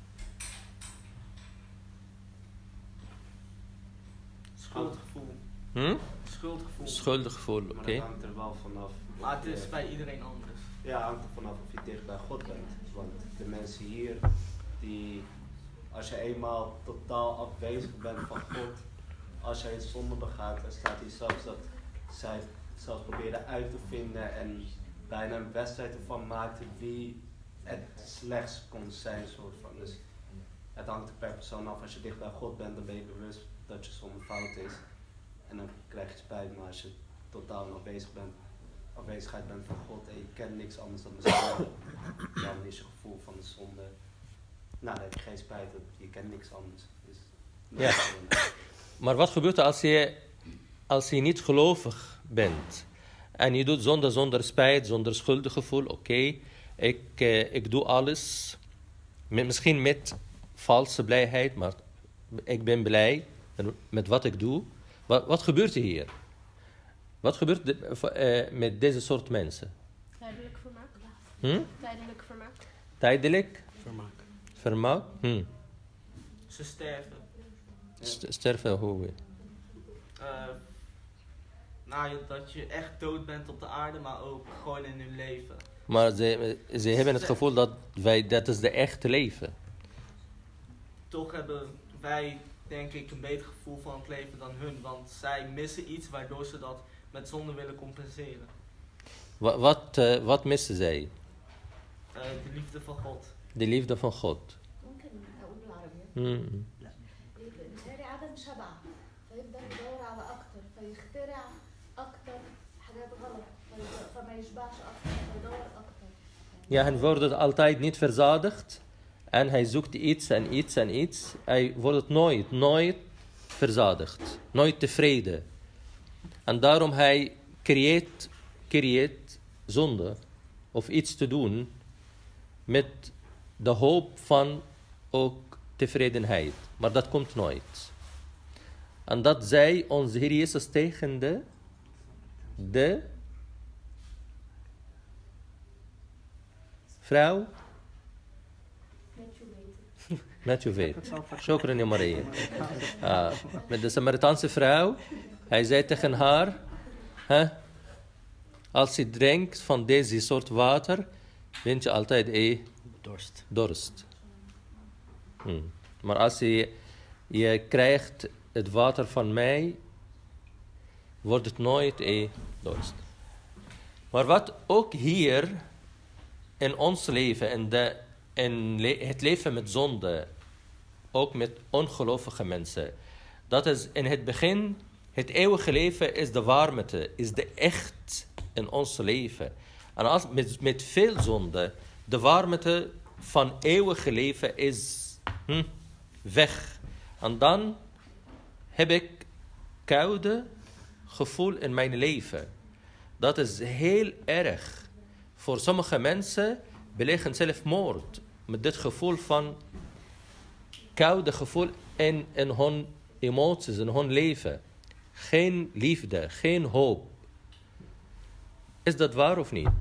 Schuldgevoel. Hm? Schuldgevoel. Schuldgevoel, oké. Maar Okay. dat hangt er wel vanaf. Maar het is bij iedereen anders. Ja, hangt er vanaf of je dicht bij God bent. Want de mensen hier, die, als je eenmaal totaal afwezig bent van God, als jij iets zonde begaat, dan staat hier zelfs dat zij zelfs probeerden uit te vinden en bijna een wedstrijd ervan maakten wie het slechtst kon zijn, soort van. Dus het hangt er per persoon af. Als je dicht bij God bent, dan ben je bewust dat je zonde fout is. En dan krijg je spijt, maar als je totaal afwezig bent, afwezigheid bent van God en je kent niks anders dan de zonde, dan is je gevoel van de zonde, nou dan heb je geen spijt, je kent niks anders. Dus, Ja. Maar wat gebeurt er als je, als je niet gelovig bent? En je doet zonde zonder spijt, zonder schuldgevoel. Oké, okay. ik, uh, ik doe alles. Met, misschien met valse blijheid, maar ik ben blij met wat ik doe. Wat, wat gebeurt er hier? Wat gebeurt de, uh, met deze soort mensen? Tijdelijk vermaak. Hm? Tijdelijk vermaak. Tijdelijk? Vermaak. Vermaak? Hm. Ze sterven. St sterven hoe? Uh, nou, dat je echt dood bent op de aarde, maar ook gewoon in hun leven. Maar ze, ze hebben het gevoel dat wij, dat is de echte leven. Toch hebben wij, denk ik, een beter gevoel van het leven dan hun. Want zij missen iets waardoor ze dat met zonde willen compenseren. Wat, wat, uh, wat missen zij? Uh, de liefde van God. De liefde van God. Hmm. Ja, hij wordt altijd niet verzadigd. En hij zoekt iets en iets en iets. Hij wordt nooit, nooit verzadigd. Nooit tevreden. En daarom hij creëert, creëert zonde. Of iets te doen. Met de hoop van ook tevredenheid. Maar dat komt nooit. En dat zei onze Heer Jezus tegen de... de vrouw... Met je weet. Shukran ya Maria. Ah, met de Samaritaanse vrouw. Hij zei tegen haar... Huh, als je drinkt van deze soort water... vind je altijd eh, Dorst. dorst. Hmm. Maar als je, je krijgt het water van mij... wordt het nooit eh, dorst. Maar wat ook hier... in ons leven... in, de, in le- het leven met zonde... ook met ongelovige mensen... dat is in het begin... het eeuwige leven is de warmte... is de echt in ons leven. En als, met, met veel zonde... de warmte van eeuwige leven is... Hm, weg. En dan... heb ik... koude... gevoel in mijn leven. Dat is heel erg... Voor sommige mensen beleggen zelfmoord met dit gevoel van koude gevoel in, in hun emoties, in hun leven. Geen liefde, geen hoop. Is dat waar of niet?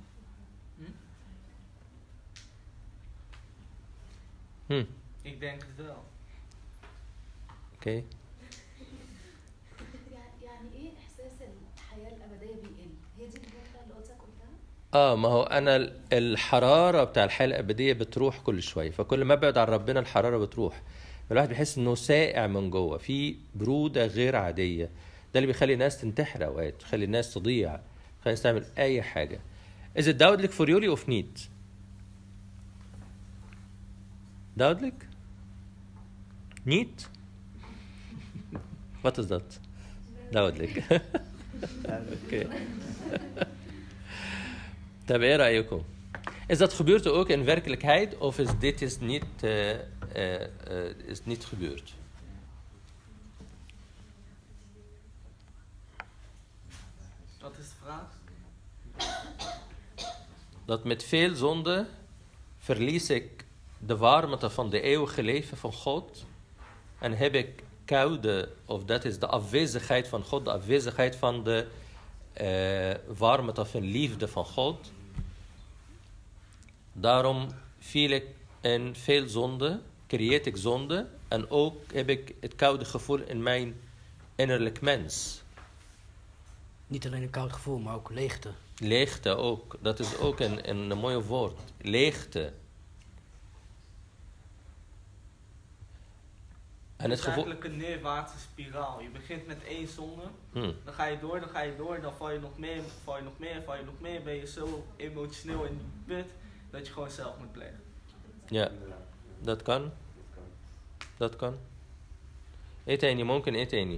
Hm. Ik denk het wel. Oké. Okay. اه ما هو انا الحراره بتاع الحياه الابديه بتروح كل شويه، فكل ما ابعد عن ربنا الحراره بتروح. الواحد بيحس انه ساقع من جوه، في بروده غير عاديه. ده اللي بيخلي الناس تنتحر اوقات، بيخلي الناس تضيع، بيخلي الناس تعمل اي حاجه. Is it duidelijk voor jullie of niet? Duidelijk? Niet? Wat is dat? Duidelijk. Oké. طب ايه رأيكم؟ Is dat gebeurt ook in werkelijkheid of is dit is niet, uh, uh, uh, is niet gebeurd? Wat is de vraag? Dat met veel zonde verlies ik de warmte van de eeuwige leven van God en heb ik koude, of dat is de afwezigheid van God, de afwezigheid van de uh, warmte van liefde van God. Daarom viel ik in veel zonde, creëer ik zonde en ook heb ik het koude gevoel in mijn innerlijk mens. Niet alleen een koud gevoel, maar ook leegte. Leegte ook, dat is ook een, een, een mooi woord. Leegte. En het het is gevoel... eigenlijk een neerwaartse spiraal. Je begint met één zonde, Hmm. dan ga je door, dan ga je door, dan val je nog meer, val je nog meer, val je nog meer. Ben je zo emotioneel in de put dat je gewoon zelf moet plegen. Ja, dat kan. Dat kan. ايه تاني ممكن ايه تاني؟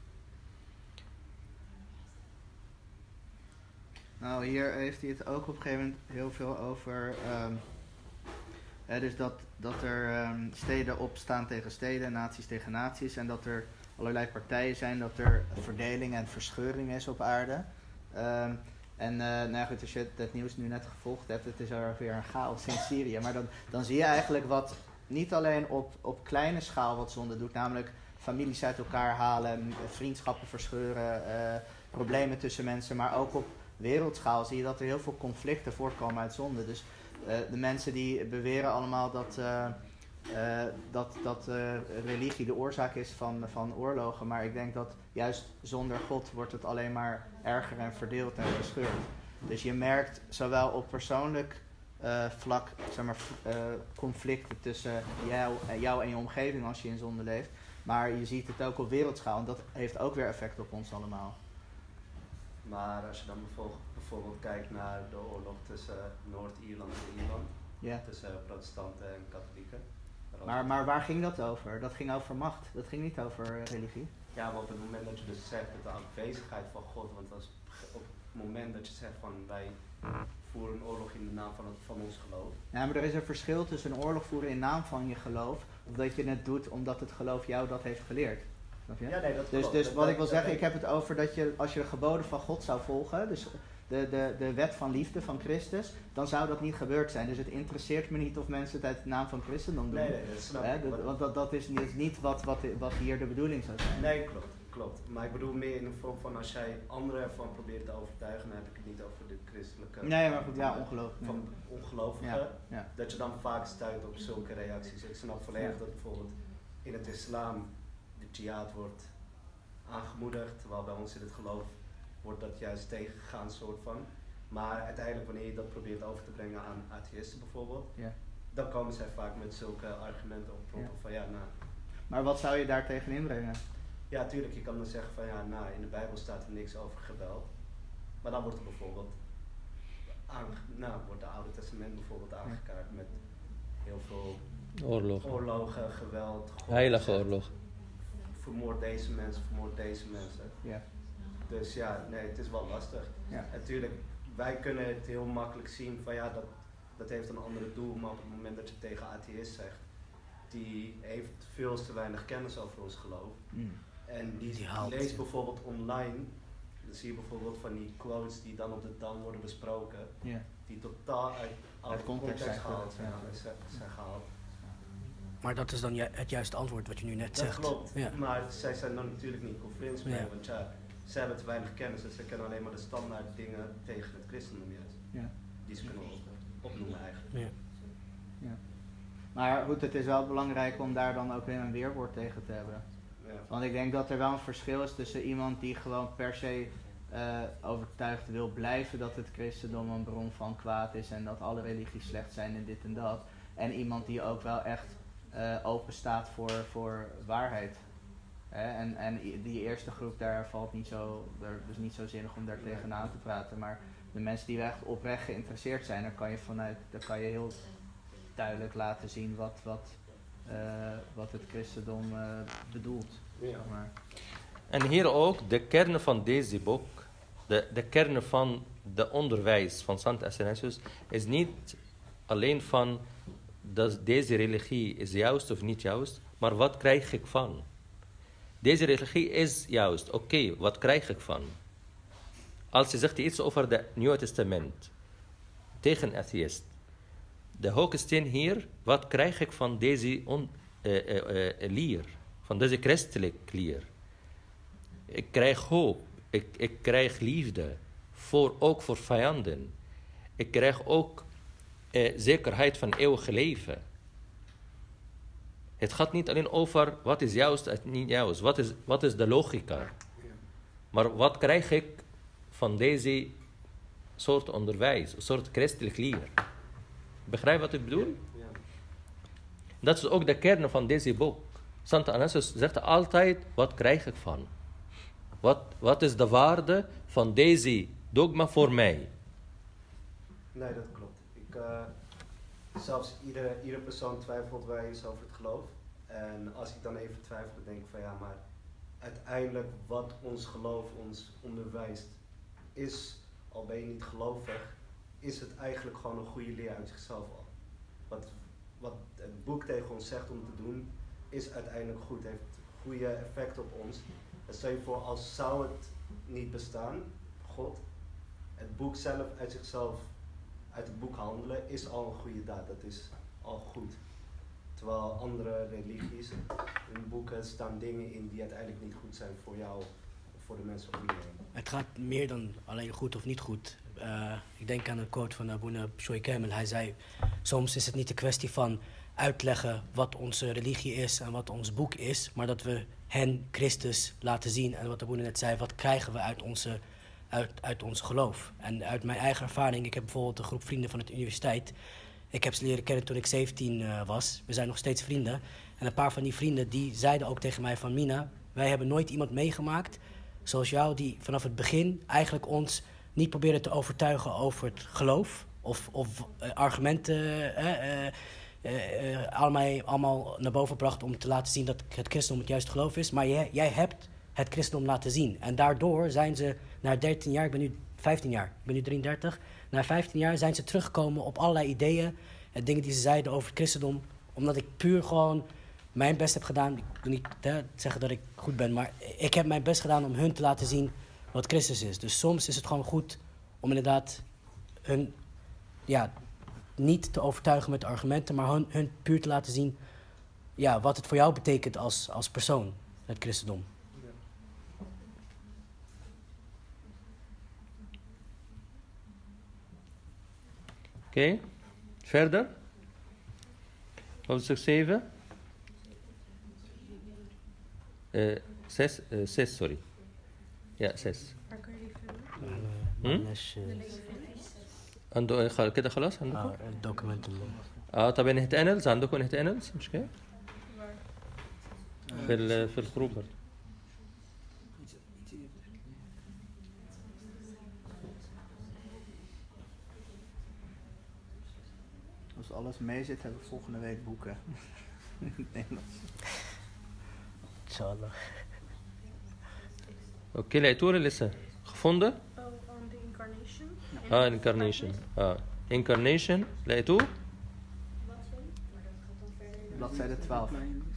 Nou, hier heeft hij het ook op een gegeven moment heel veel over. Um, hè, dus dat, dat er um, steden opstaan tegen steden, naties tegen naties. En dat er allerlei partijen zijn, dat er verdeling en verscheuring is op aarde. Um, en uh, nou ja, goed, als je het, het nieuws nu net gevolgd hebt, het is er weer een chaos in Syrië. Maar dan, dan zie je eigenlijk wat, niet alleen op, op kleine schaal wat zonde doet, namelijk families uit elkaar halen, vriendschappen verscheuren, uh, problemen tussen mensen, maar ook op wereldschaal zie je dat er heel veel conflicten voortkomen uit zonde. Dus uh, de mensen die beweren allemaal dat, uh, uh, dat, dat uh, religie de oorzaak is van, van oorlogen. Maar ik denk dat juist zonder God wordt het alleen maar erger en verdeeld en verscheurd. Dus je merkt zowel op persoonlijk uh, vlak zeg maar, uh, conflicten tussen jou, jou en je omgeving als je in zonde leeft. Maar je ziet het ook op wereldschaal en dat heeft ook weer effect op ons allemaal. Maar als je dan bijvoorbeeld, bijvoorbeeld kijkt naar de oorlog tussen Noord-Ierland en Ierland, Yeah. tussen protestanten en katholieken. Maar, maar waar ging dat over? Dat ging over macht, dat ging niet over uh, religie. Ja, maar op het moment dat je dus zegt dat de afwezigheid van God, want als op het moment dat je zegt van wij voeren een oorlog in de naam van, het, van ons geloof. Ja, maar er is een verschil tussen een oorlog voeren in naam van je geloof, of dat je het doet omdat het geloof jou dat heeft geleerd. Snap je? Ja, nee, dat dus klopt. dus dat, wat dat, ik wil dat, zeggen, dat, ik heb het over dat je, als je de geboden van God zou volgen, dus de, de, de wet van liefde van Christus, dan zou dat niet gebeurd zijn. Dus het interesseert me niet of mensen het uit de naam van Christendom doen. Nee, nee, dat snap Hè, ik. dat, want dat, dat is niet, niet wat, wat, wat hier de bedoeling zou zijn. Nee, klopt, klopt. Maar ik bedoel meer in de vorm van als jij anderen ervan probeert te overtuigen, dan heb ik het niet over de christelijke... Nee, maar goed, ja, ongeloof. Van ongelovigen, ja, ja. dat je dan vaak stuit op zulke reacties. Ik snap volledig Ja. dat bijvoorbeeld in het islam de jihad wordt aangemoedigd, terwijl bij ons in het geloof wordt dat juist tegengegaan soort van. Maar uiteindelijk wanneer je dat probeert over te brengen aan atheïsten bijvoorbeeld, Ja. dan komen zij vaak met zulke argumenten op Ja. van ja, nou... Maar wat zou je daar tegen inbrengen? Ja, tuurlijk, je kan dan zeggen van ja, nou, in de Bijbel staat er niks over geweld. Maar dan wordt er bijvoorbeeld, aange, nou, wordt het Oude Testament bijvoorbeeld aangekaart met heel veel Oorlogen. oorlogen, geweld. God Heilige zegt, oorlog. Vermoord deze mensen, vermoord deze mensen. Ja. Dus ja, nee, het is wel lastig. Ja. Natuurlijk, wij kunnen het heel makkelijk zien van ja, dat, dat heeft een ander doel, maar op het moment dat je tegen atheïst zegt, die heeft veel te weinig kennis over ons geloof. Mm. En die, Die haalt, leest ja. bijvoorbeeld online, dan zie je bijvoorbeeld van die quotes die dan op de Dam worden besproken, Ja. die totaal uit, Uit context zijn gehaald gehaald, zijn, ja. zijn, zijn gehaald. Maar dat is dan ju- het juiste antwoord wat je nu net Dat zegt. klopt, Ja. maar zij zijn dan natuurlijk niet convinced mee, Ja. want ja, zij hebben te weinig kennis en ze kennen alleen maar de standaard dingen tegen het christendom juist. Ja. Die ze kunnen op, opnoemen eigenlijk. Ja. Ja. Maar goed, het is wel belangrijk om daar dan ook weer een weerwoord tegen te hebben. Ja. Want ik denk dat er wel een verschil is tussen iemand die gewoon per se uh, overtuigd wil blijven dat het christendom een bron van kwaad is en dat alle religies slecht zijn en dit en dat. En iemand die ook wel echt uh, open staat voor, voor waarheid. Hè? En, en die eerste groep, daar valt niet zo, daar is niet zo zinnig om daar tegenaan te praten. Maar de mensen die echt oprecht geïnteresseerd zijn, daar kan je vanuit, daar kan je heel duidelijk laten zien wat, wat, uh, wat het christendom uh, bedoelt. Ja. Zeg maar. En hier ook, de kern van deze boek, de, de kern van de onderwijs van Sant Athanasius, is niet alleen van dat deze religie is juist of niet juist, maar wat krijg ik van? Deze religie is juist, oké, okay, wat krijg ik van? Als je zegt iets over het Nieuwe Testament tegen atheïst, de hoeksteen hier, wat krijg ik van deze on, uh, uh, uh, leer, van deze christelijke leer? Ik krijg hoop, ik, ik krijg liefde, voor, ook voor vijanden. Ik krijg ook uh, zekerheid van eeuwig leven. Het gaat niet alleen over wat is juist en niet juist, wat is, wat is de logica. Maar wat krijg ik van deze soort onderwijs, een soort christelijk leer. Begrijp wat ik bedoel? Ja. Dat is ook de kern van deze boek. Sant Athanasius zegt altijd, wat krijg ik van? Wat, wat is de waarde van deze dogma voor mij? Nee, dat klopt. Ik, uh, zelfs iedere, iedere persoon twijfelt wel eens over het geloof. En als ik dan even twijfel, denk ik van ja, maar uiteindelijk wat ons geloof ons onderwijst, is, al ben je niet gelovig, is het eigenlijk gewoon een goede leer uit zichzelf al. Wat, wat het boek tegen ons zegt om te doen, is uiteindelijk goed, heeft goede effect op ons. En stel je voor, als zou het niet bestaan, God, het boek zelf uit zichzelf, uit het boek handelen, is al een goede daad, dat is al goed. Terwijl andere religies, in boeken staan dingen in die uiteindelijk niet goed zijn voor jou, of voor de mensen om je heen. Het gaat meer dan alleen goed of niet goed. Uh, ik denk aan een quote van Abuna Shoy Kamel. Hij zei, soms is het niet de kwestie van uitleggen wat onze religie is en wat ons boek is, maar dat we hen, Christus, laten zien. En wat Abuna net zei, wat krijgen we uit onze, uit, uit ons geloof. En uit mijn eigen ervaring, ik heb bijvoorbeeld een groep vrienden van de universiteit. Ik heb ze leren kennen toen ik zeventien uh, was. We zijn nog steeds vrienden. En een paar van die vrienden die zeiden ook tegen mij van, Mina, wij hebben nooit iemand meegemaakt zoals jou die vanaf het begin eigenlijk ons niet probeerde te overtuigen over het geloof. Of, of uh, argumenten uh, uh, uh, uh, allemaal, allemaal naar boven bracht om te laten zien dat het christendom het juiste geloof is. Maar jij, jij hebt het christendom laten zien. En daardoor zijn ze na dertien jaar, ik ben nu vijftien jaar, ik ben nu drieëndertig. Na vijftien jaar zijn ze teruggekomen op allerlei ideeën en dingen die ze zeiden over het christendom. Omdat ik puur gewoon mijn best heb gedaan. Ik wil niet hè, zeggen dat ik goed ben, maar ik heb mijn best gedaan om hun te laten zien wat Christus is. Dus soms is het gewoon goed om inderdaad hun ja, niet te overtuigen met argumenten, maar hun, hun puur te laten zien ja, wat het voor jou betekent als, als persoon, het christendom. Oké, okay. Verder. Hoofdstuk zeven. Uh, zes, uh, zes, sorry. Ja, zes. Waar kun je die vinden? عنده كده خلاص عندكم؟ اه الدوكيمنت اه طب نهتقنلز عندكم نهتقنلز مش كده؟ في ال في الخروج برضه. Als alles mee zit, hebben we volgende week boeken. In het Nederlands. Inshallah. Oké, okay, لقيتوه لسه gevonden؟ Oh, on the incarnation. اه incarnation. اه incarnation لقيتوه؟ Bladzijde twaalf.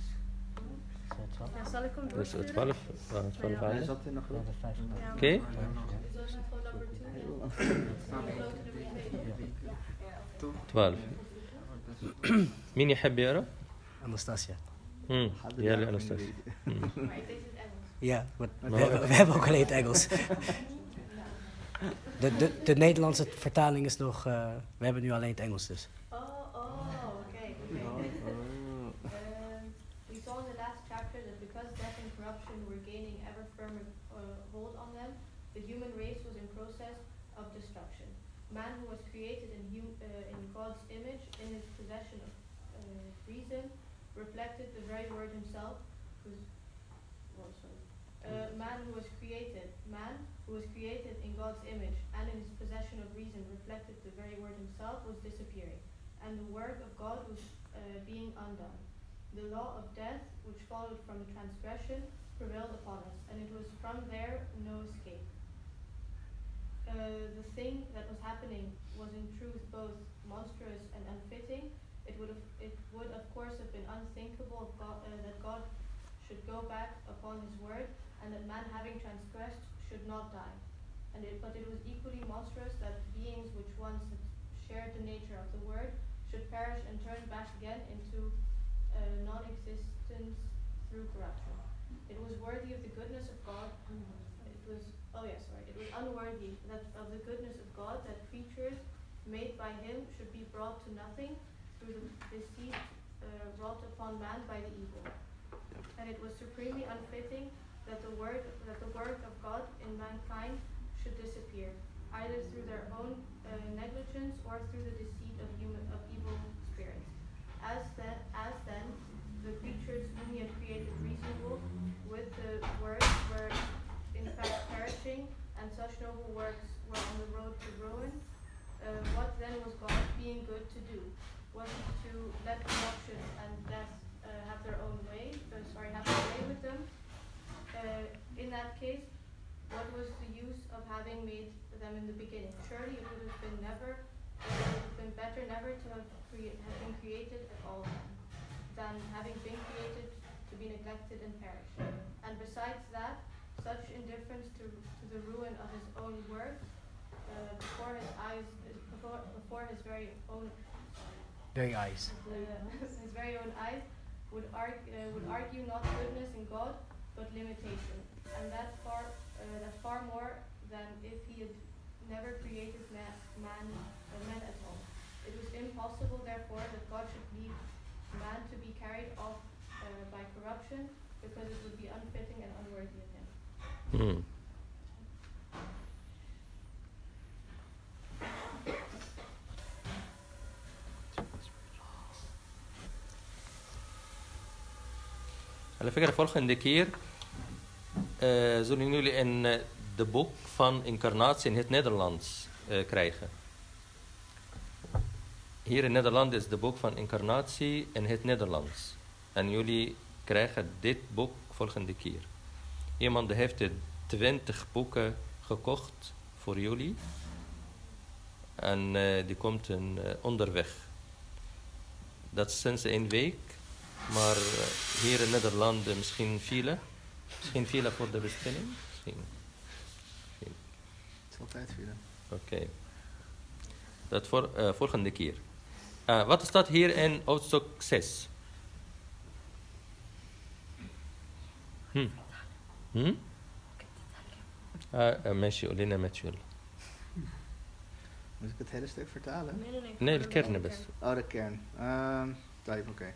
Ja, zal ik hem Dus doorsturen? twaalf, uh, twaalf Hij aan. zat in de groep. Ja, Oké. Okay. maar- Is dat gewoon number two? twaalf. مين يحب يقرا؟ Anastasia. Hmm. Gaat de Ja, daar Anastasia. vinden Hmm. Maar ik deed het Engels. Ja, maar Maar we, wel- hebben, we hebben ook alleen het Engels. De, de, de Nederlandse vertaling is nog... Uh, we hebben nu alleen het Engels dus. Oh, oh, okay, okay. Um, we saw in the last chapter that because death and corruption were gaining ever firmer uh, hold on them, the human race was in process of destruction. Man who was created in, hum- uh, in God's image, in his possession of uh, reason, reflected the very word himself, whose, oh, sorry. Uh, man who was created, man who was created in God's image and in his possession of reason reflected the very word himself was disappearing, and the work of God was uh, being undone. The law of death, which followed from the transgression, prevailed upon us, and it was from there no escape. Uh, the thing that was happening was in truth both monstrous and unfitting. It would have, it would of course have been unthinkable of God, uh, that God should go back upon his word, and that man having transgressed should not die. And it, but it was equally monstrous that beings which once had shared the nature of the word should perish and turn back again into uh, non-existence through corruption. It was worthy of the goodness of God. It was, oh yes, sorry. It was unworthy that of the goodness of God that creatures made by him should be brought to nothing through the deceit uh, wrought upon man by the evil. And it was supremely unfitting that the word that the work of God in mankind should disappear, either through their own uh, negligence or through the deceit of human of evil spirits. As then, as then, the creatures whom he had created reasonable with the word were in fact perishing, and such noble works were on the road to ruin. Uh, what then was God being good to do? Was it to let corruption and death uh, have their own way? Uh, sorry, have their way with them? Uh, in that case, what was the use of having made them in the beginning? Surely it would have been never, uh, it would have been better never to have, crea- have been created at all than having been created to be neglected and perish. And besides that, such indifference to, to the ruin of his own work uh, before his eyes, before, before his very own Very eyes. uh, his very own eyes would, argue, uh, would argue not goodness in God, but limitation, and that far uh, that far more than if he had never created man, man, uh, man at all. It was impossible, therefore, that God should leave man to be carried off uh, by corruption, because it would be unfitting and unworthy of him. Hmm. على فكرة volgende keer uh, zullen jullie een uh, de boek van incarnatie in het Nederlands uh, krijgen. Hier in Nederland is de boek van incarnatie in het Nederlands. En jullie krijgen dit boek volgende keer. Iemand heeft de twintig boeken gekocht voor jullie. En uh, die komt een, uh, onderweg. Dat is sinds een week. Maar uh, hier in Nederland uh, misschien file. Misschien file voor de bestelling. Misschien. misschien. Het is altijd vinden. Oké. Okay. Dat voor uh, volgende keer. Uh, wat staat hier in hoofdstuk zes? Hm. Hm? Uh, uh, ماشي قولي لنا ماتشول. Moet ik het hele stuk vertalen? Nee, nee, nee. Nee, de kern best. Oh, de kern. Uh, type, oké. Okay.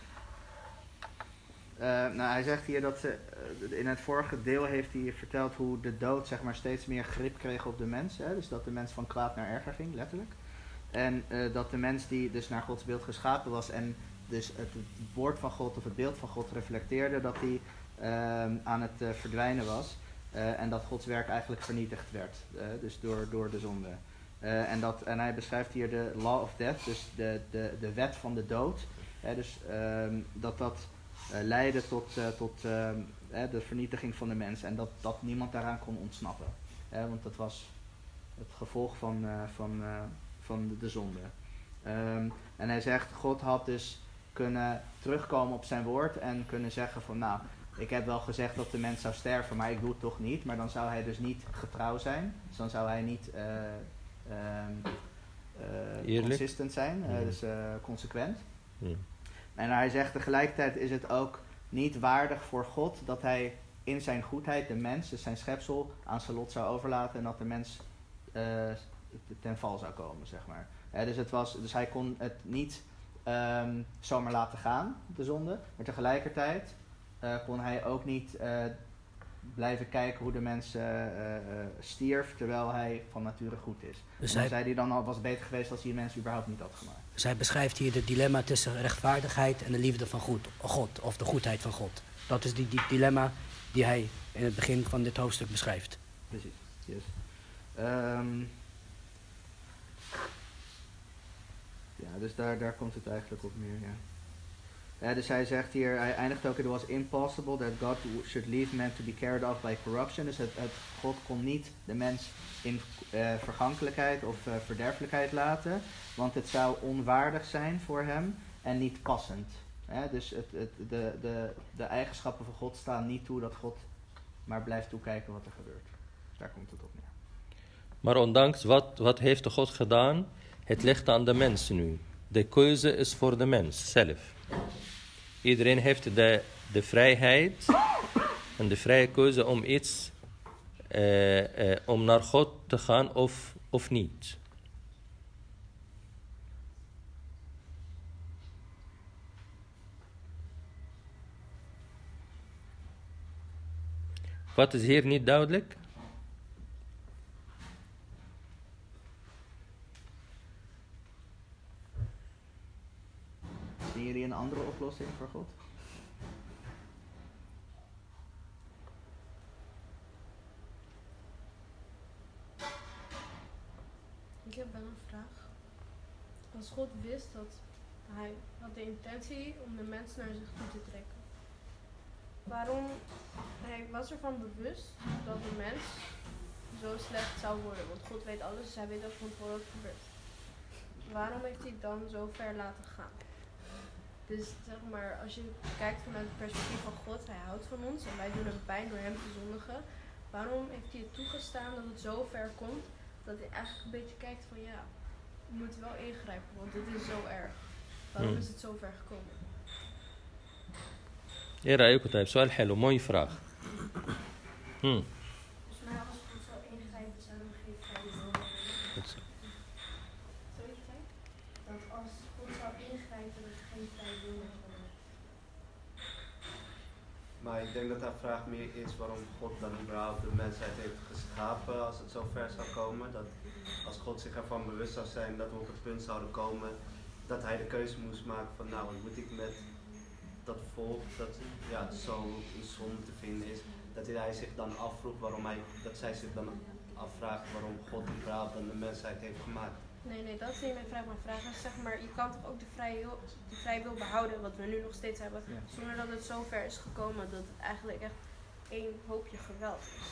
Uh, nou, hij zegt hier dat ze, uh, in het vorige deel heeft hij verteld hoe de dood zeg maar steeds meer grip kreeg op de mens. Hè? Dus dat de mens van kwaad naar erger ging, letterlijk. En uh, dat de mens die dus naar Gods beeld geschapen was en dus het woord van God of het beeld van God reflecteerde, dat hij uh, aan het uh, verdwijnen was. Uh, en dat Gods werk eigenlijk vernietigd werd, uh, dus door, door de zonde. Uh, en, dat, en hij beschrijft hier de law of death, dus de, de, de wet van de dood. Uh, dus uh, dat dat uh, leidde tot, uh, tot uh, uh, de vernietiging van de mens. En dat, dat niemand daaraan kon ontsnappen. Uh, want dat was het gevolg van, uh, van, uh, van de, de zonde. Um, en hij zegt, God had dus kunnen terugkomen op zijn woord en kunnen zeggen van nou, ik heb wel gezegd dat de mens zou sterven, maar ik doe het toch niet. Maar dan zou hij dus niet getrouw zijn. Dus dan zou hij niet uh, uh, uh, consistent zijn, uh, mm. dus uh, consequent. Mm. En hij zegt tegelijkertijd is het ook niet waardig voor God dat hij in zijn goedheid de mens, dus zijn schepsel, aan zijn lot zou overlaten en dat de mens uh, ten val zou komen, zeg maar. He, dus, het was, dus hij kon het niet um, zomaar laten gaan, de zonde, maar tegelijkertijd uh, kon hij ook niet uh, blijven kijken hoe de mens uh, uh, stierf, terwijl hij van nature goed is. Dus dan hij, zei hij dan al, was het beter geweest als hij de mens überhaupt niet had gemaakt. Dus hij beschrijft hier het dilemma tussen rechtvaardigheid en de liefde van goed, God, of de goedheid van God. Dat is die, die dilemma die hij in het begin van dit hoofdstuk beschrijft. Precies, yes. Um, ja, dus daar, daar komt het eigenlijk op neer, ja. Ja, dus hij zegt hier, hij eindigt ook, it was impossible that God should leave man to be carried off by corruption. Dus het, het, God kon niet de mens in uh, vergankelijkheid of uh, verderfelijkheid laten, want het zou onwaardig zijn voor hem en niet passend. Hè? Dus het, het, de, de, de eigenschappen van God staan niet toe dat God maar blijft toekijken wat er gebeurt. Dus daar komt het op neer. Maar ondanks wat, wat heeft de God gedaan, het ligt aan de mens nu. De keuze is voor de mens zelf. Iedereen heeft de, de vrijheid en de vrije keuze om iets, uh, uh, om naar God te gaan of, of niet. Wat is hier niet duidelijk? Zien jullie een andere oplossing voor God? Ik heb wel een vraag. Als God wist dat hij had de intentie om de mens naar zich toe te trekken, waarom, hij was ervan bewust dat de mens zo slecht zou worden, want God weet alles, dus hij weet ook van tevoren wat er gebeurt. Waarom heeft hij het dan zo ver laten gaan? Dus zeg maar, als je kijkt vanuit het perspectief van God, hij houdt van ons en wij doen hem pijn door hem te zondigen. Waarom heeft hij het toegestaan dat het zo ver komt, dat hij eigenlijk een beetje kijkt van ja, we moeten wel ingrijpen, want dit is zo erg. Waarom Hmm. is het zo ver gekomen? ايه رأيكم طيب؟ سؤال حلو، mooie vraag. Hmm. Volgens mij als God zou ingrijpen, zou er geen vrije wil hebben. Zoiets zei? Dat als God zou ingrijpen, dat er geen vrije wil meer zou hebben. Maar ik denk dat haar vraag meer is waarom God dan überhaupt de mensheid heeft geschapen als het zo ver zou komen. Dat als God zich ervan bewust zou zijn dat we op het punt zouden komen dat hij de keuze moest maken van nou, wat moet ik met dat volk dat ja, zo in zonde te vinden is. Dat hij zich dan afvroeg waarom hij, dat zij zich dan afvraagt waarom God überhaupt dan de mensheid heeft gemaakt. Nee, nee, dat is niet mijn vraag. Mijn vraag is zeg maar, je kan toch ook de vrije wil, de vrije wil behouden, wat we nu nog steeds hebben, Ja. zonder dat het zo ver is gekomen dat het eigenlijk echt één hoopje geweld is.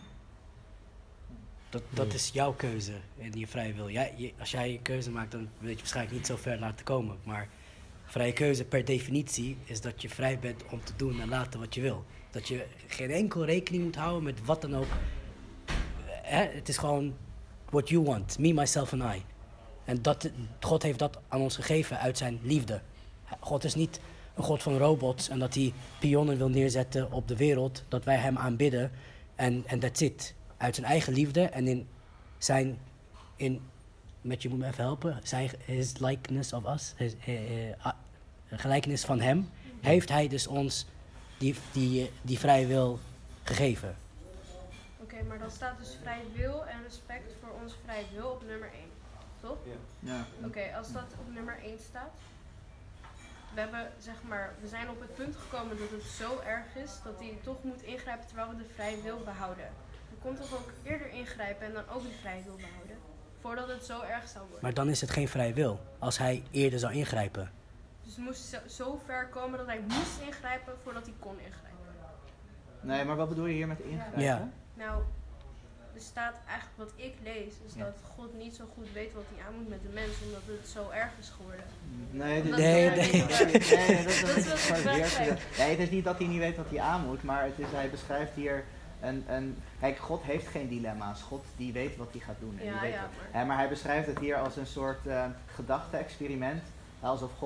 Dat, dat is jouw keuze en je vrije wil. Jij, je, als jij een keuze maakt, dan wil je waarschijnlijk niet zo ver laten komen. Maar vrije keuze per definitie is dat je vrij bent om te doen en laten wat je wil. Dat je geen enkel rekening moet houden met wat dan ook. Hè? Het is gewoon what you want, me, myself and I. En dat, God heeft dat aan ons gegeven uit zijn liefde. God is niet een God van robots en dat hij pionnen wil neerzetten op de wereld, dat wij hem aanbidden en en that's it. Uit zijn eigen liefde en in zijn, in, met je moet me even helpen, zijn, his likeness of us, his, uh, uh, gelijkenis van hem, heeft hij dus ons die, die, die vrije wil gegeven. Oké, okay, maar dan staat dus vrije wil en respect voor onze vrije wil op nummer één, toch? Ja. Ja. Oké, okay, als dat op nummer één staat, we hebben, zeg maar, we zijn op het punt gekomen dat het zo erg is dat hij toch moet ingrijpen terwijl we de vrije wil behouden. Er komt toch ook eerder ingrijpen en dan ook de vrije wil behouden, voordat het zo erg zou worden. Maar dan is het geen vrije wil, als hij eerder zou ingrijpen. Dus het moest zo, zo ver komen dat hij moest ingrijpen voordat hij kon ingrijpen. Nee, maar wat bedoel je hier met ingrijpen? Ja. Nou, er staat eigenlijk wat ik lees, is Ja. dat God niet zo goed weet wat hij aan moet met de mens, omdat het zo erg is geworden. Nee, dit, Nee, nee, nee. nee, nee, dat is Dat is wat ik voor het eerst. begrijp. Nee, het is niet dat hij niet weet wat hij aan moet, maar het is, hij beschrijft hier een, een... Kijk, God heeft geen dilemma's. God die weet wat hij gaat doen. En die Ja, weet ja, wat- maar- Hè, maar hij beschrijft het hier als een soort uh, gedachte-experiment. Alsof God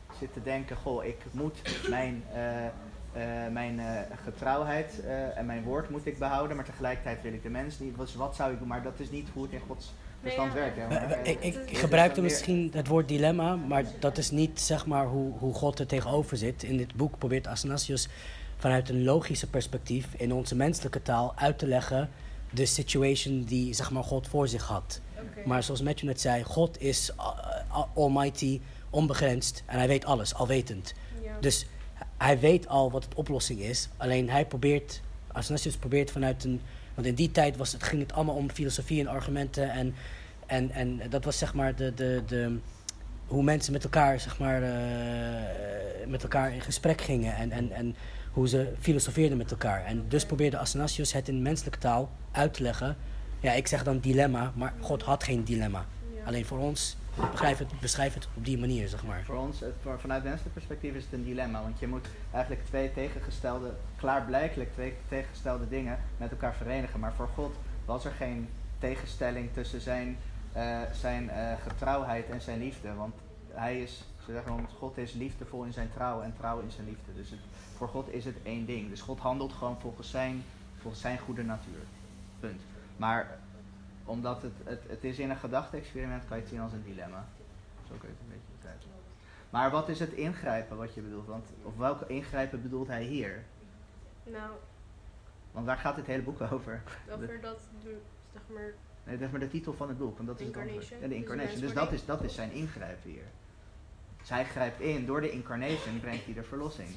zit te denken, goh, ik moet mijn, uh, uh, mijn uh, getrouwheid uh, en mijn woord moet ik behouden, maar tegelijkertijd wil ik de mens niet. Dus wat zou ik doen? Maar dat is niet hoe het in Gods verstand Nee, ja. werkt. Hè? Maar, uh, Ik, ik dus gebruikte dan weer- misschien het woord dilemma, maar dat is niet zeg maar hoe, hoe God er tegenover zit. In dit boek probeert Athanasius vanuit een logische perspectief in onze menselijke taal uit te leggen de situation die zeg maar God voor zich had. Oké. Maar zoals Matthew net zei, God is uh, uh, almighty, onbegrensd en hij weet alles, alwetend. Ja. Dus hij weet al wat de oplossing is. Alleen hij probeert, Athanasius probeert vanuit een... Want in die tijd was het, ging het allemaal om filosofie en argumenten. En, en, en dat was zeg maar de, de, de, hoe mensen met elkaar, zeg maar, uh, met elkaar in gesprek gingen. En, en, en hoe ze filosofeerden met elkaar. En dus probeerde Athanasius het in menselijke taal uit te leggen. Ja, ik zeg dan dilemma, maar God had geen dilemma. Ja. Alleen voor ons, beschrijf het, beschrijf het op die manier, zeg maar. Voor ons, het- voor- vanuit menselijk perspectief is het een dilemma. Want je moet eigenlijk twee tegengestelde, klaarblijkelijk twee tegengestelde dingen met elkaar verenigen. Maar voor God was er geen tegenstelling tussen zijn, eh, zijn eh, getrouwheid en zijn liefde. Want hij is, ze zeggen wel, God is liefdevol in zijn trouw en trouw in zijn liefde. Dus het, voor God is het één ding. Dus God handelt gewoon volgens zijn, volgens zijn goede natuur. Punt. Maar omdat het, het, het is in een gedachte-experiment, kan je het zien als een dilemma. Zo kun je het een beetje begrijpen. Maar wat is het ingrijpen wat je bedoelt? Want, of welke ingrijpen bedoelt hij hier? Nou, Want waar gaat dit hele boek over? over dat, de, zeg maar, Nee, dat is maar de titel van het boek. Want dat is het antwoord. Incarnation. Ja, de Dus incarnation. Dus menswording. dat is, dat is zijn ingrijpen hier. Dus hij grijpt in. Door de incarnation brengt hij de verlossing.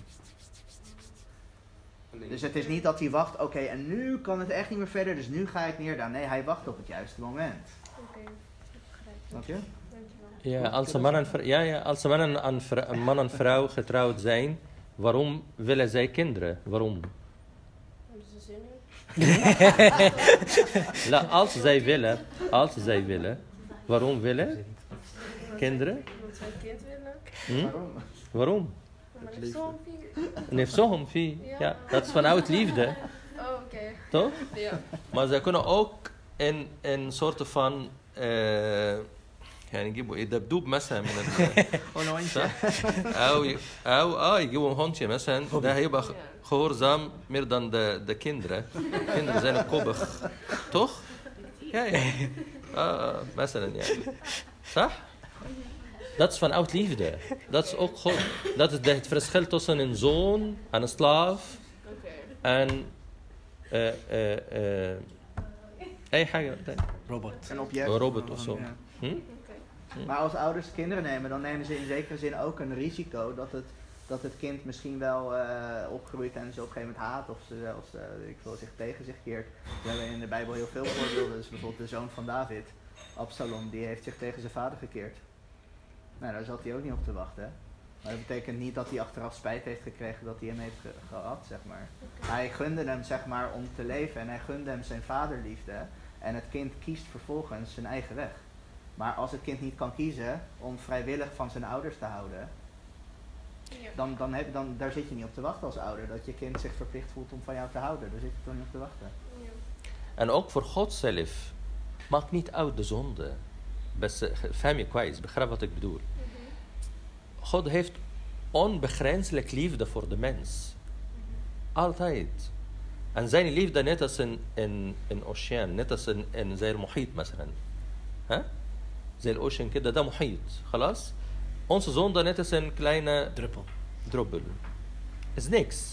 Dus het is niet dat hij wacht, oké, en nu kan het echt niet meer verder, dus nu ga ik neerdaan. Nee, hij wacht op het juiste moment. oké, ik begrijp het. Snap je? Dankjewel. Ja, als een man en, vrou- ja, ja, als een man en, een vrou- een man en vrouw getrouwd zijn, waarom willen zij kinderen? Waarom? Hebben ze zin in? La, als zij willen, als zij willen, waarom willen kinderen? Want zij een kind willen. Hm? Waarom? Waarom? Maar liefst zo'n vier. Nefsohom fi. Ja, dat is vanuit liefde, Oh, oké. toch? Ja. Maar zij kunnen ook in een soort van eh يعني يجيبوا ايه دبدوب مثلا من ال Oh, een hondje. او ي- او اه يجيبوا هونتje مثلا ده هيبقى Ja. gehoorzaam meer dan de, de kinderen. Kinderen zijn koppig. Toch? Ja, ja. Ah, مثلا يعني. صح? Dat is van oud liefde. Dat is ook God. Dat is de- het verschil tussen een zoon en een slaaf Oké. en eh eh eh اي حاجه Robot. Een object. Een robot of zo. Ja. hm? Oké. Maar als ouders kinderen nemen, dan nemen ze in zekere zin ook een risico dat het, dat het kind misschien wel uh, opgroeit en ze op een gegeven moment haat of ze zelfs uh, ik wil, zich tegen zich keert. We hebben in de Bijbel heel veel voorbeelden. Dus bijvoorbeeld de zoon van David, Absalom, die heeft zich tegen zijn vader gekeerd. Nou, daar zat hij ook niet op te wachten. Hè? Maar dat betekent niet dat hij achteraf spijt heeft gekregen dat hij hem heeft ge- gehad, zeg maar. Hij gunde hem, zeg maar, om te leven en hij gunde hem zijn vaderliefde. En het kind kiest vervolgens zijn eigen weg. Maar als het kind niet kan kiezen om vrijwillig van zijn ouders te houden, Ja. dan, dan, heb, dan daar zit je niet op te wachten als ouder. Dat je kind zich verplicht voelt om van jou te houden. Daar zit je toch niet op te wachten. Ja. En ook voor God zelf. Maakt niet uit de zonde. بس فهم je kwijt, begrijp wat ik bedoel. God heeft onbegrenselijk liefde voor de mens. Altijd. En zijn liefde net als een, een, een oceaan, net als een, een زي المحيط مثلا. ها؟ زي الاوشن كده ده محيط. خلاص؟ Onze zonde net als een kleine Druppel. druppel. Is niks.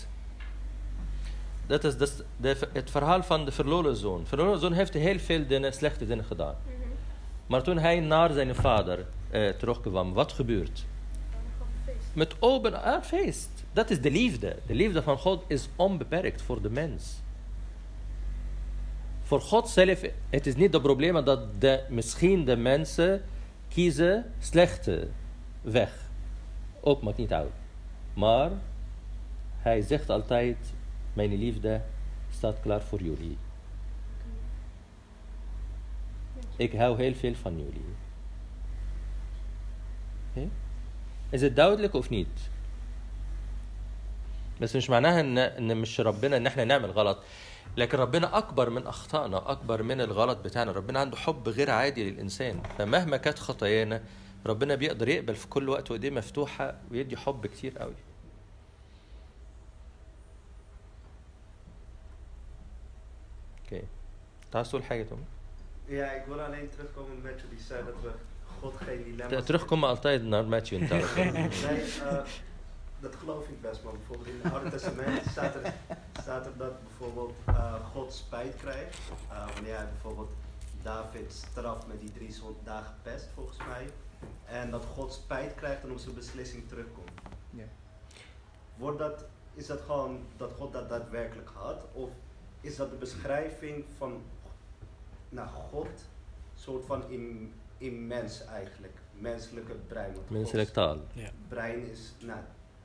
Dat is dus de, het verhaal van de verloren zoon. De verloren zoon heeft heel veel dingen, slechte dingen gedaan. Mhm. Maar toen hij naar zijn vader eh, terugkwam, wat gebeurt? Dan gewoon een feest. Met open ah, feest. Dat is de liefde. De liefde van God is onbeperkt voor de mens. Voor God zelf, het is niet het probleem dat de, misschien de mensen kiezen slechte weg. Ook maakt niet uit. Maar hij zegt altijd, mijn liefde staat klaar voor jullie. Ik hou heel veel van jullie. Okay. Is het duidelijk of niet؟ بس مش معناها ان ان مش ربنا ان احنا نعمل غلط، لكن ربنا اكبر من اخطائنا، اكبر من الغلط بتاعنا. ربنا عنده حب غير عادي للانسان، فمهما كانت خطايانا ربنا بيقدر يقبل في كل وقت وايديه مفتوحة ويدي حب كتير قوي. Oké. Daar is حاجة توم. Ja, ik wil alleen terugkomen met je die zei dat we God geen dilemma's... Terugkomen altijd naar Matthew en Tarek. Nee, uh, dat geloof ik best, maar bijvoorbeeld in het Oude Testament staat er, staat er dat bijvoorbeeld uh, God spijt krijgt. Uh, wanneer hij bijvoorbeeld David straft met die drie dagen pest, volgens mij. En dat God spijt krijgt en op zijn beslissing terugkomt. Ja. Wordt dat, is dat gewoon dat God dat daadwerkelijk had? Of is dat de beschrijving van nou, God, soort van in, in mens eigenlijk? Menselijke brein. Want Menselijk taal. Ja. brein is, nou,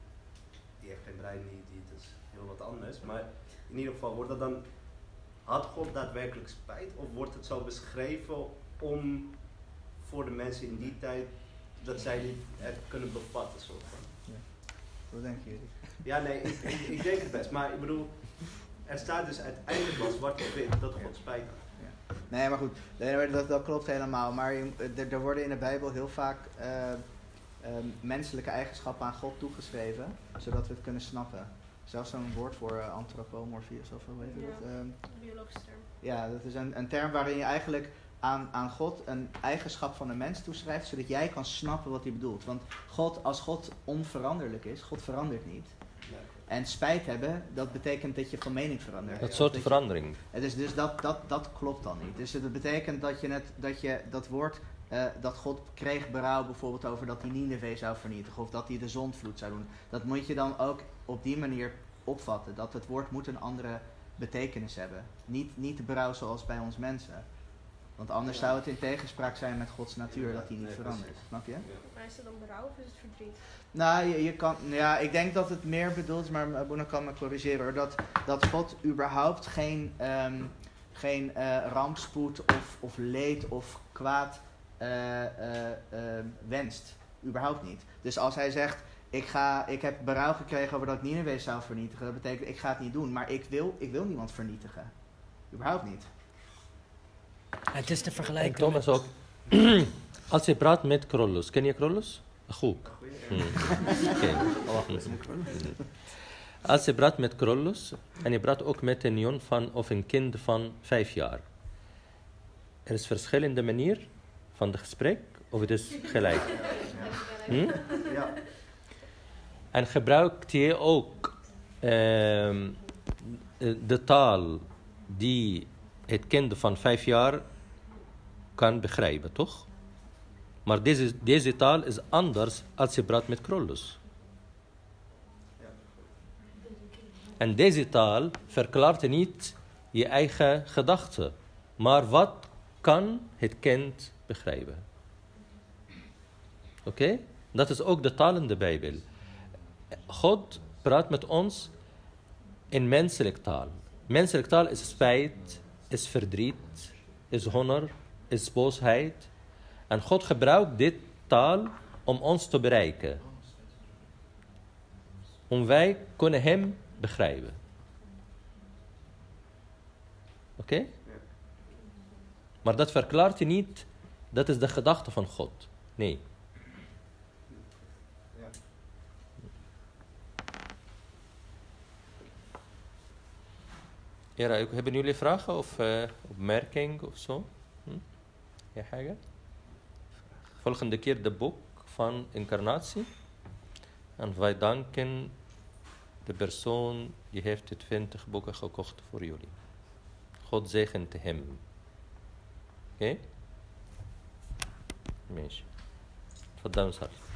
die heeft geen brein, die, die het is heel wat anders. Maar in ieder geval, wordt dat dan, had God daadwerkelijk spijt? Of wordt het zo beschreven om voor de mensen in die tijd, dat zij niet het kunnen bevatten, soort van? Ja. Wat denken jullie? Ja, nee, ik, ik, ik denk het best. Maar ik bedoel, er staat dus uiteindelijk wel zwart op wit dat God spijt had. Ja. Nee, maar goed, dat, dat klopt helemaal. Maar je, er, er worden in de Bijbel heel vaak uh, uh, menselijke eigenschappen aan God toegeschreven, zodat we het kunnen snappen. Zelfs zo'n woord voor uh, antropomorfie of zo, hoe heet Ja, dat? Um, biologische term. ja, dat is een, een term waarin je eigenlijk aan, aan God een eigenschap van een mens toeschrijft, zodat jij kan snappen wat hij bedoelt. Want God, als God onveranderlijk is, God verandert niet. En spijt hebben, dat betekent dat je van mening verandert. Dat soort dat verandering. Je, dus dus dat, dat, dat klopt dan niet. Dus dat betekent dat je, het, dat, je dat woord, uh, dat God kreeg berouw bijvoorbeeld over dat hij Nineve zou vernietigen, of dat hij de zondvloed zou doen. Dat moet je dan ook op die manier opvatten. Dat het woord moet een andere betekenis hebben. Niet, niet de berouw zoals bij ons mensen. Want anders zou het in tegenspraak zijn met Gods natuur, dat hij niet verandert. Snap je? Maar is het dan berouw of is het verdriet? Nou, je, je kan, ja, ik denk dat het meer bedoeld is, maar Abuna kan me corrigeren hoor, dat, dat God überhaupt geen, um, geen uh, rampspoed of, of leed of kwaad uh, uh, uh, wenst. Überhaupt niet. Dus als hij zegt, ik, ga, ik heb berouw gekregen over dat ik Nineve zou vernietigen, dat betekent ik ga het niet doen, maar ik wil, ik wil niemand vernietigen. Überhaupt niet. Het is te En vergelijken Thomas met... ook. Als je praat met Krollus, ken je Krollus? Goed. Hmm. Okay. Als je praat met Krollus en je praat ook met een jong van of een kind van vijf jaar. Er is verschillende manier van het gesprek of het is gelijk. Hm? Ja. En gebruikt je ook uh, de taal die het kind van vijf jaar kan begrijpen, toch? Maar deze, deze taal is anders als je praat met Krollus. En deze taal verklaart niet je eigen gedachten, maar wat kan het kind begrijpen. Oké? Okay? Dat is ook de taal in de Bijbel. God praat met ons in menselijke taal. Menselijke taal is spijt, is verdriet, is honger, is boosheid. En God gebruikt dit taal om ons te bereiken. Om wij kunnen hem begrijpen. Oké? Okay? Maar dat verklaart je niet, dat is de gedachte van God. Nee. Ja, hebben jullie vragen of uh, opmerkingen of zo? Hm? Ja, حاجة? Volgende keer de boek van incarnatie. En wij danken de persoon die heeft de twintig boeken gekocht voor jullie. God zegent hem. Oké? Okay? ماشي. تفضلوا صلوا.